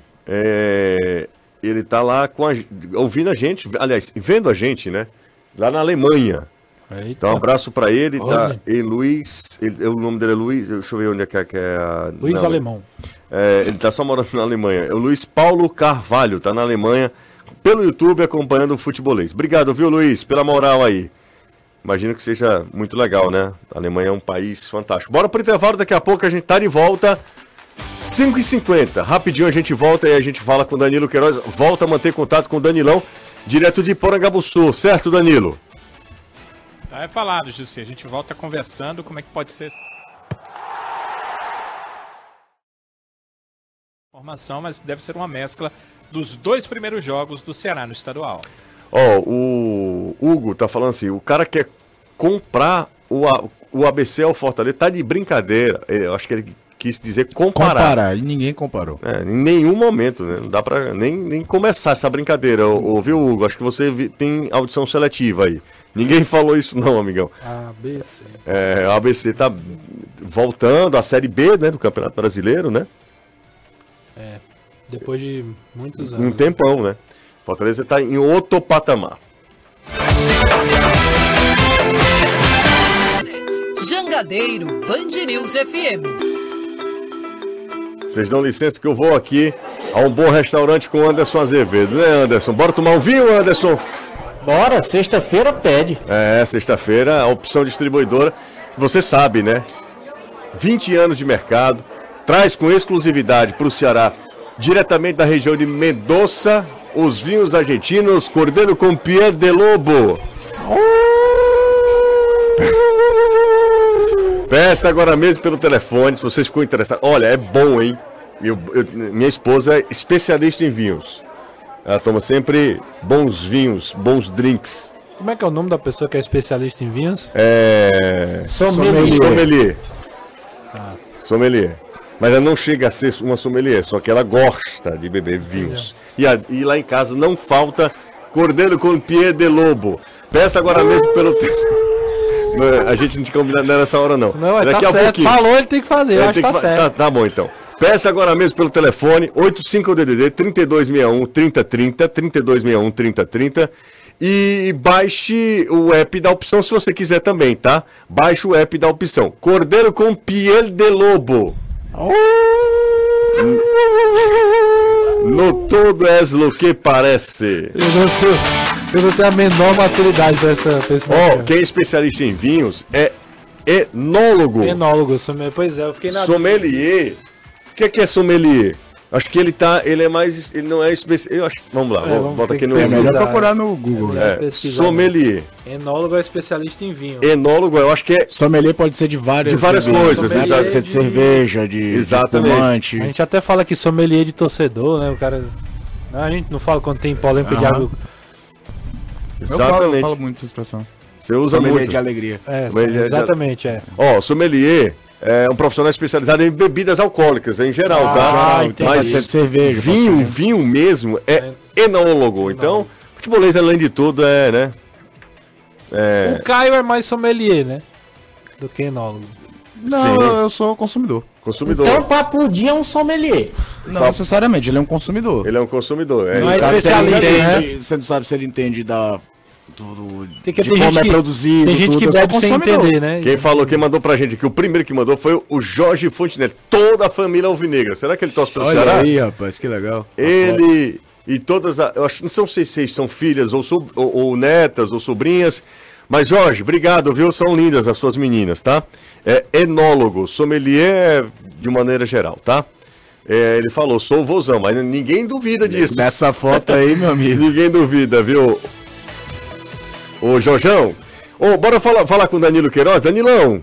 ele tá lá ouvindo a gente, aliás, vendo a gente, né? Lá na Alemanha. Eita. Então, um abraço pra ele, tá? E Luiz, o nome dele é Luiz, deixa eu ver onde é que é Luiz Alemão. Ele tá só morando na Alemanha. É o Luiz Paulo Carvalho, tá na Alemanha, pelo YouTube, acompanhando o Futebolês. Obrigado, viu, Luiz, pela moral aí. Imagino que seja muito legal, né? A Alemanha é um país fantástico. Bora pro intervalo, daqui a pouco a gente tá de volta. 5h50, rapidinho a gente volta e a gente fala com o Danilo Queiroz. Volta a manter contato com o Danilão, direto de Porangabuçu, certo, Danilo? Tá falado, Jussi. A gente volta conversando como é que pode ser formação, mas deve ser uma mescla dos 2 primeiros jogos do Ceará no estadual. O Hugo tá falando assim, o cara quer comprar o ABC ao Fortaleza, tá de brincadeira. Eu acho que ele quis dizer comparar. E ninguém comparou. Em nenhum momento, né? Não dá pra nem começar essa brincadeira, viu, Hugo? Acho que você tem audição seletiva aí. Ninguém falou isso não, amigão. ABC. O ABC tá voltando à Série B, né, do Campeonato Brasileiro, né? Depois de muitos Um anos. tempão, né? Fortaleza tá em outro patamar. Jangadeiro Band News FM. Vocês dão licença que eu vou aqui a um bom restaurante com o Anderson Azevedo, né, Anderson? Bora tomar um vinho, Anderson? Bora, sexta-feira pede. Sexta-feira, a opção distribuidora, você sabe, né? 20 anos de mercado, traz com exclusividade para o Ceará, diretamente da região de Mendoza, os vinhos argentinos Cordeiro com Piel de Lobo. Peça agora mesmo pelo telefone, se vocês ficou interessados. Olha, é bom, hein? Minha esposa é especialista em vinhos. Ela toma sempre bons vinhos, bons drinks. Como é que é o nome da pessoa que é especialista em vinhos? Sommelier. Sommelier. Mas ela não chega a ser uma sommelier, só que ela gosta de beber vinhos. E lá em casa não falta Cordeiro com Piel de Lobo. Peça agora mesmo pelo A gente não tinha combinado nessa hora, não. Não, Daqui tá a certo. pouquinho. Falou, ele tem que fazer. Eu acho que tá certo. Tá bom, então. Peça agora mesmo pelo telefone 85DDD 3261 3030 3261 3030 e baixe o app da opção se você quiser também, tá? Baixe o app da opção. Cordeiro com Piel de Lobo. No todo é o que parece. Eu não tenho a menor maturidade pra esse Ó, quem é especialista em vinhos é enólogo. Enólogo, pois é, eu fiquei na sommelier. O que é sommelier? Acho que ele é mais, ele não é especialista. Vamos lá, volta aqui no. É melhor procurar no Google, né? Sommelier. Enólogo é especialista em vinho. Enólogo, eu acho que é. Sommelier pode ser de várias coisas, né? Pode ser de cerveja, de espumante. A gente até fala que sommelier de torcedor, né? O cara. A gente não fala quando tem polêmica de água. Exatamente. Eu falo muito essa expressão. Você usa sommelier muito. de alegria. Exatamente, Ó, sommelier é um profissional especializado em bebidas alcoólicas, em geral, tá? Mas de cerveja. Vinho mesmo é enólogo. Então, futebolês, além de tudo, né? O Caio é mais sommelier, né? Do que enólogo. Não, eu sou consumidor. Então, Papudinho é um sommelier. Não necessariamente, ele é um consumidor. Ele é um consumidor. Não é especialista, né? Você não sabe se ele entende Tem que de como é produzido. Tem gente que bebe sem entender, né? Quem mandou pra gente aqui, o primeiro que mandou foi o Jorge Fontenelle. Toda a família alvinegra. Será que ele torce pelo Ceará? Olha aí, rapaz, que legal. Ele e todas eu acho, não sei se são filhas ou netas ou sobrinhas. Mas, Jorge, obrigado, viu? São lindas as suas meninas, tá? É enólogo, sommelier de maneira geral, tá? Ele falou, sou o vozão, mas ninguém duvida disso. Nessa foto aí, meu amigo. Ninguém duvida, viu? Ô, Jorjão. Bora falar com o Danilo Queiroz. Danilão.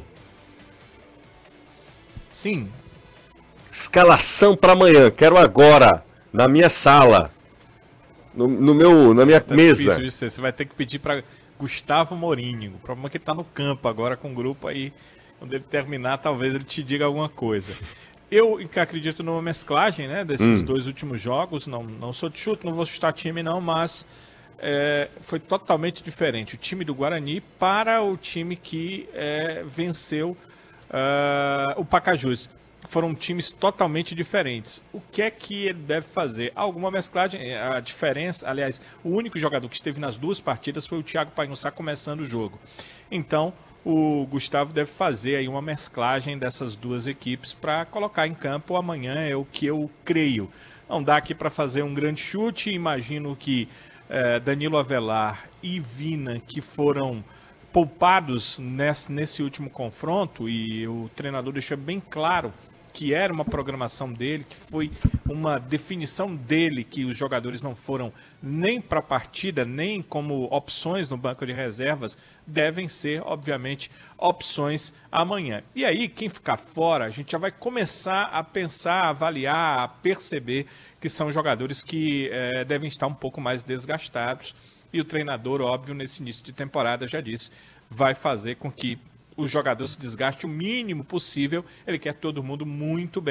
Sim. Escalação para amanhã. Quero agora, na minha sala. Na minha mesa. Difícil, você vai ter que pedir para Gustavo Mourinho. O problema é que ele tá no campo agora com o grupo aí. Quando ele terminar, talvez ele te diga alguma coisa. Eu acredito numa mesclagem, né, desses dois últimos jogos. Não sou de chute, não vou chutar time não, mas foi totalmente diferente. O time do Guarani para o time que venceu o Pacajus. Foram times totalmente diferentes. O que é que ele deve fazer? Alguma mesclagem. A diferença, aliás, o único jogador que esteve nas duas partidas foi o Thiago Pagnussá começando o jogo. Então, o Gustavo deve fazer aí uma mesclagem dessas duas equipes para colocar em campo amanhã, é o que eu creio. Não dá aqui para fazer um grande chute. Imagino que Danilo Avelar e Vina, que foram poupados nesse último confronto, e o treinador deixou bem claro que era uma programação dele, que foi uma definição dele, que os jogadores não foram nem para a partida, nem como opções no banco de reservas, devem ser, obviamente, opções amanhã. E aí, quem ficar fora, a gente já vai começar a pensar, a avaliar, a perceber que são jogadores que devem estar um pouco mais desgastados. E o treinador, óbvio, nesse início de temporada, já disse, vai fazer com que o jogador se desgaste o mínimo possível. Ele quer todo mundo muito bem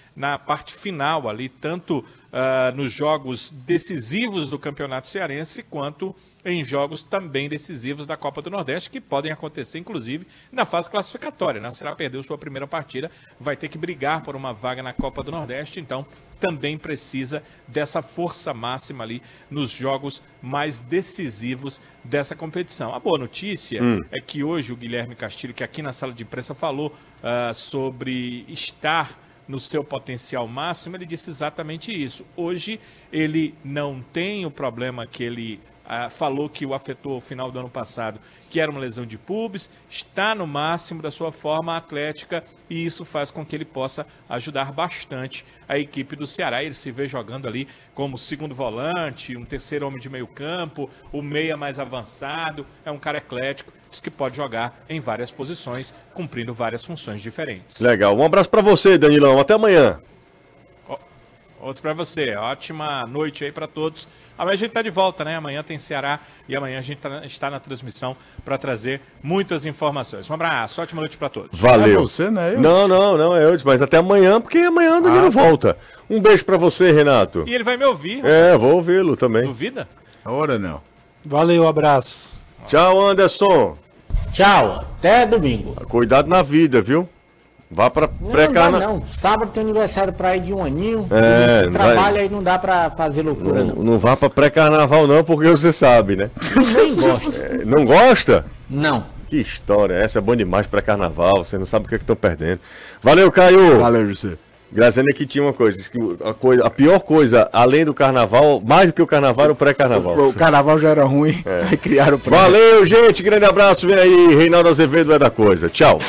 na parte final ali, tanto nos jogos decisivos do Campeonato Cearense, quanto em jogos também decisivos da Copa do Nordeste, que podem acontecer, inclusive, na fase classificatória, né? O Ceará perdeu sua primeira partida, vai ter que brigar por uma vaga na Copa do Nordeste, então também precisa dessa força máxima ali nos jogos mais decisivos dessa competição. A boa notícia é que hoje o Guilherme Castilho, que aqui na sala de imprensa falou sobre estar no seu potencial máximo, ele disse exatamente isso. Hoje ele não tem o problema que ele falou que o afetou ao final do ano passado, que era uma lesão de pubis, está no máximo da sua forma atlética e isso faz com que ele possa ajudar bastante a equipe do Ceará. Ele se vê jogando ali como segundo volante, um terceiro homem de meio campo, o meia mais avançado, é um cara eclético, diz que pode jogar em várias posições, cumprindo várias funções diferentes. Legal, um abraço para você, Danilão, até amanhã. Outro para você, ótima noite aí para todos. Amanhã a gente está de volta, né? Amanhã tem Ceará e amanhã a gente está na transmissão para trazer muitas informações. Um abraço, ótima noite para todos. Valeu. É você, né? Não é eu, mas até amanhã, porque amanhã o Danilo volta. Um beijo para você, Renato. E ele vai me ouvir. Vou ouvi-lo também. Duvida? Ora não. Valeu, abraço. Tchau, Anderson. Tchau, até domingo. Cuidado na vida, viu? Vá pra pré-carnaval. Não, sábado tem aniversário pra ir de um aninho. Trabalha aí, não dá pra fazer loucura, não. Não vá pra pré-carnaval não, porque você sabe, né? Nem gosto. Não gosta? Não. Que história, essa é bom demais pré-carnaval, você não sabe o que estão perdendo. Valeu, Caio. Valeu, José. Graziane aqui tinha uma coisa, a pior coisa, além do carnaval, mais do que o carnaval, era o pré-carnaval. O carnaval já era ruim, aí criaram o pré. Valeu, gente, grande abraço, vem aí, Reinaldo Azevedo é da coisa, tchau.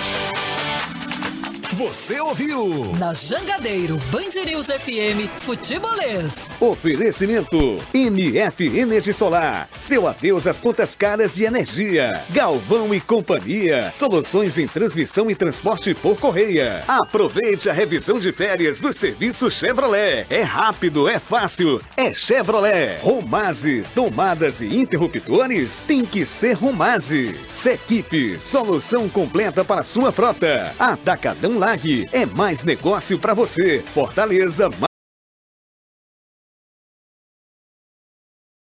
Você ouviu? Na Jangadeiro, Band News FM, Futebolês. Oferecimento MF Energia Solar. Seu adeus às contas caras de energia. Galvão e Companhia. Soluções em transmissão e transporte por correia. Aproveite a revisão de férias do serviço Chevrolet. É rápido, é fácil, é Chevrolet. Romase, tomadas e interruptores, tem que ser Romase. Sequipe, solução completa para sua frota. Atacadão Lag, é mais negócio para você. Fortaleza,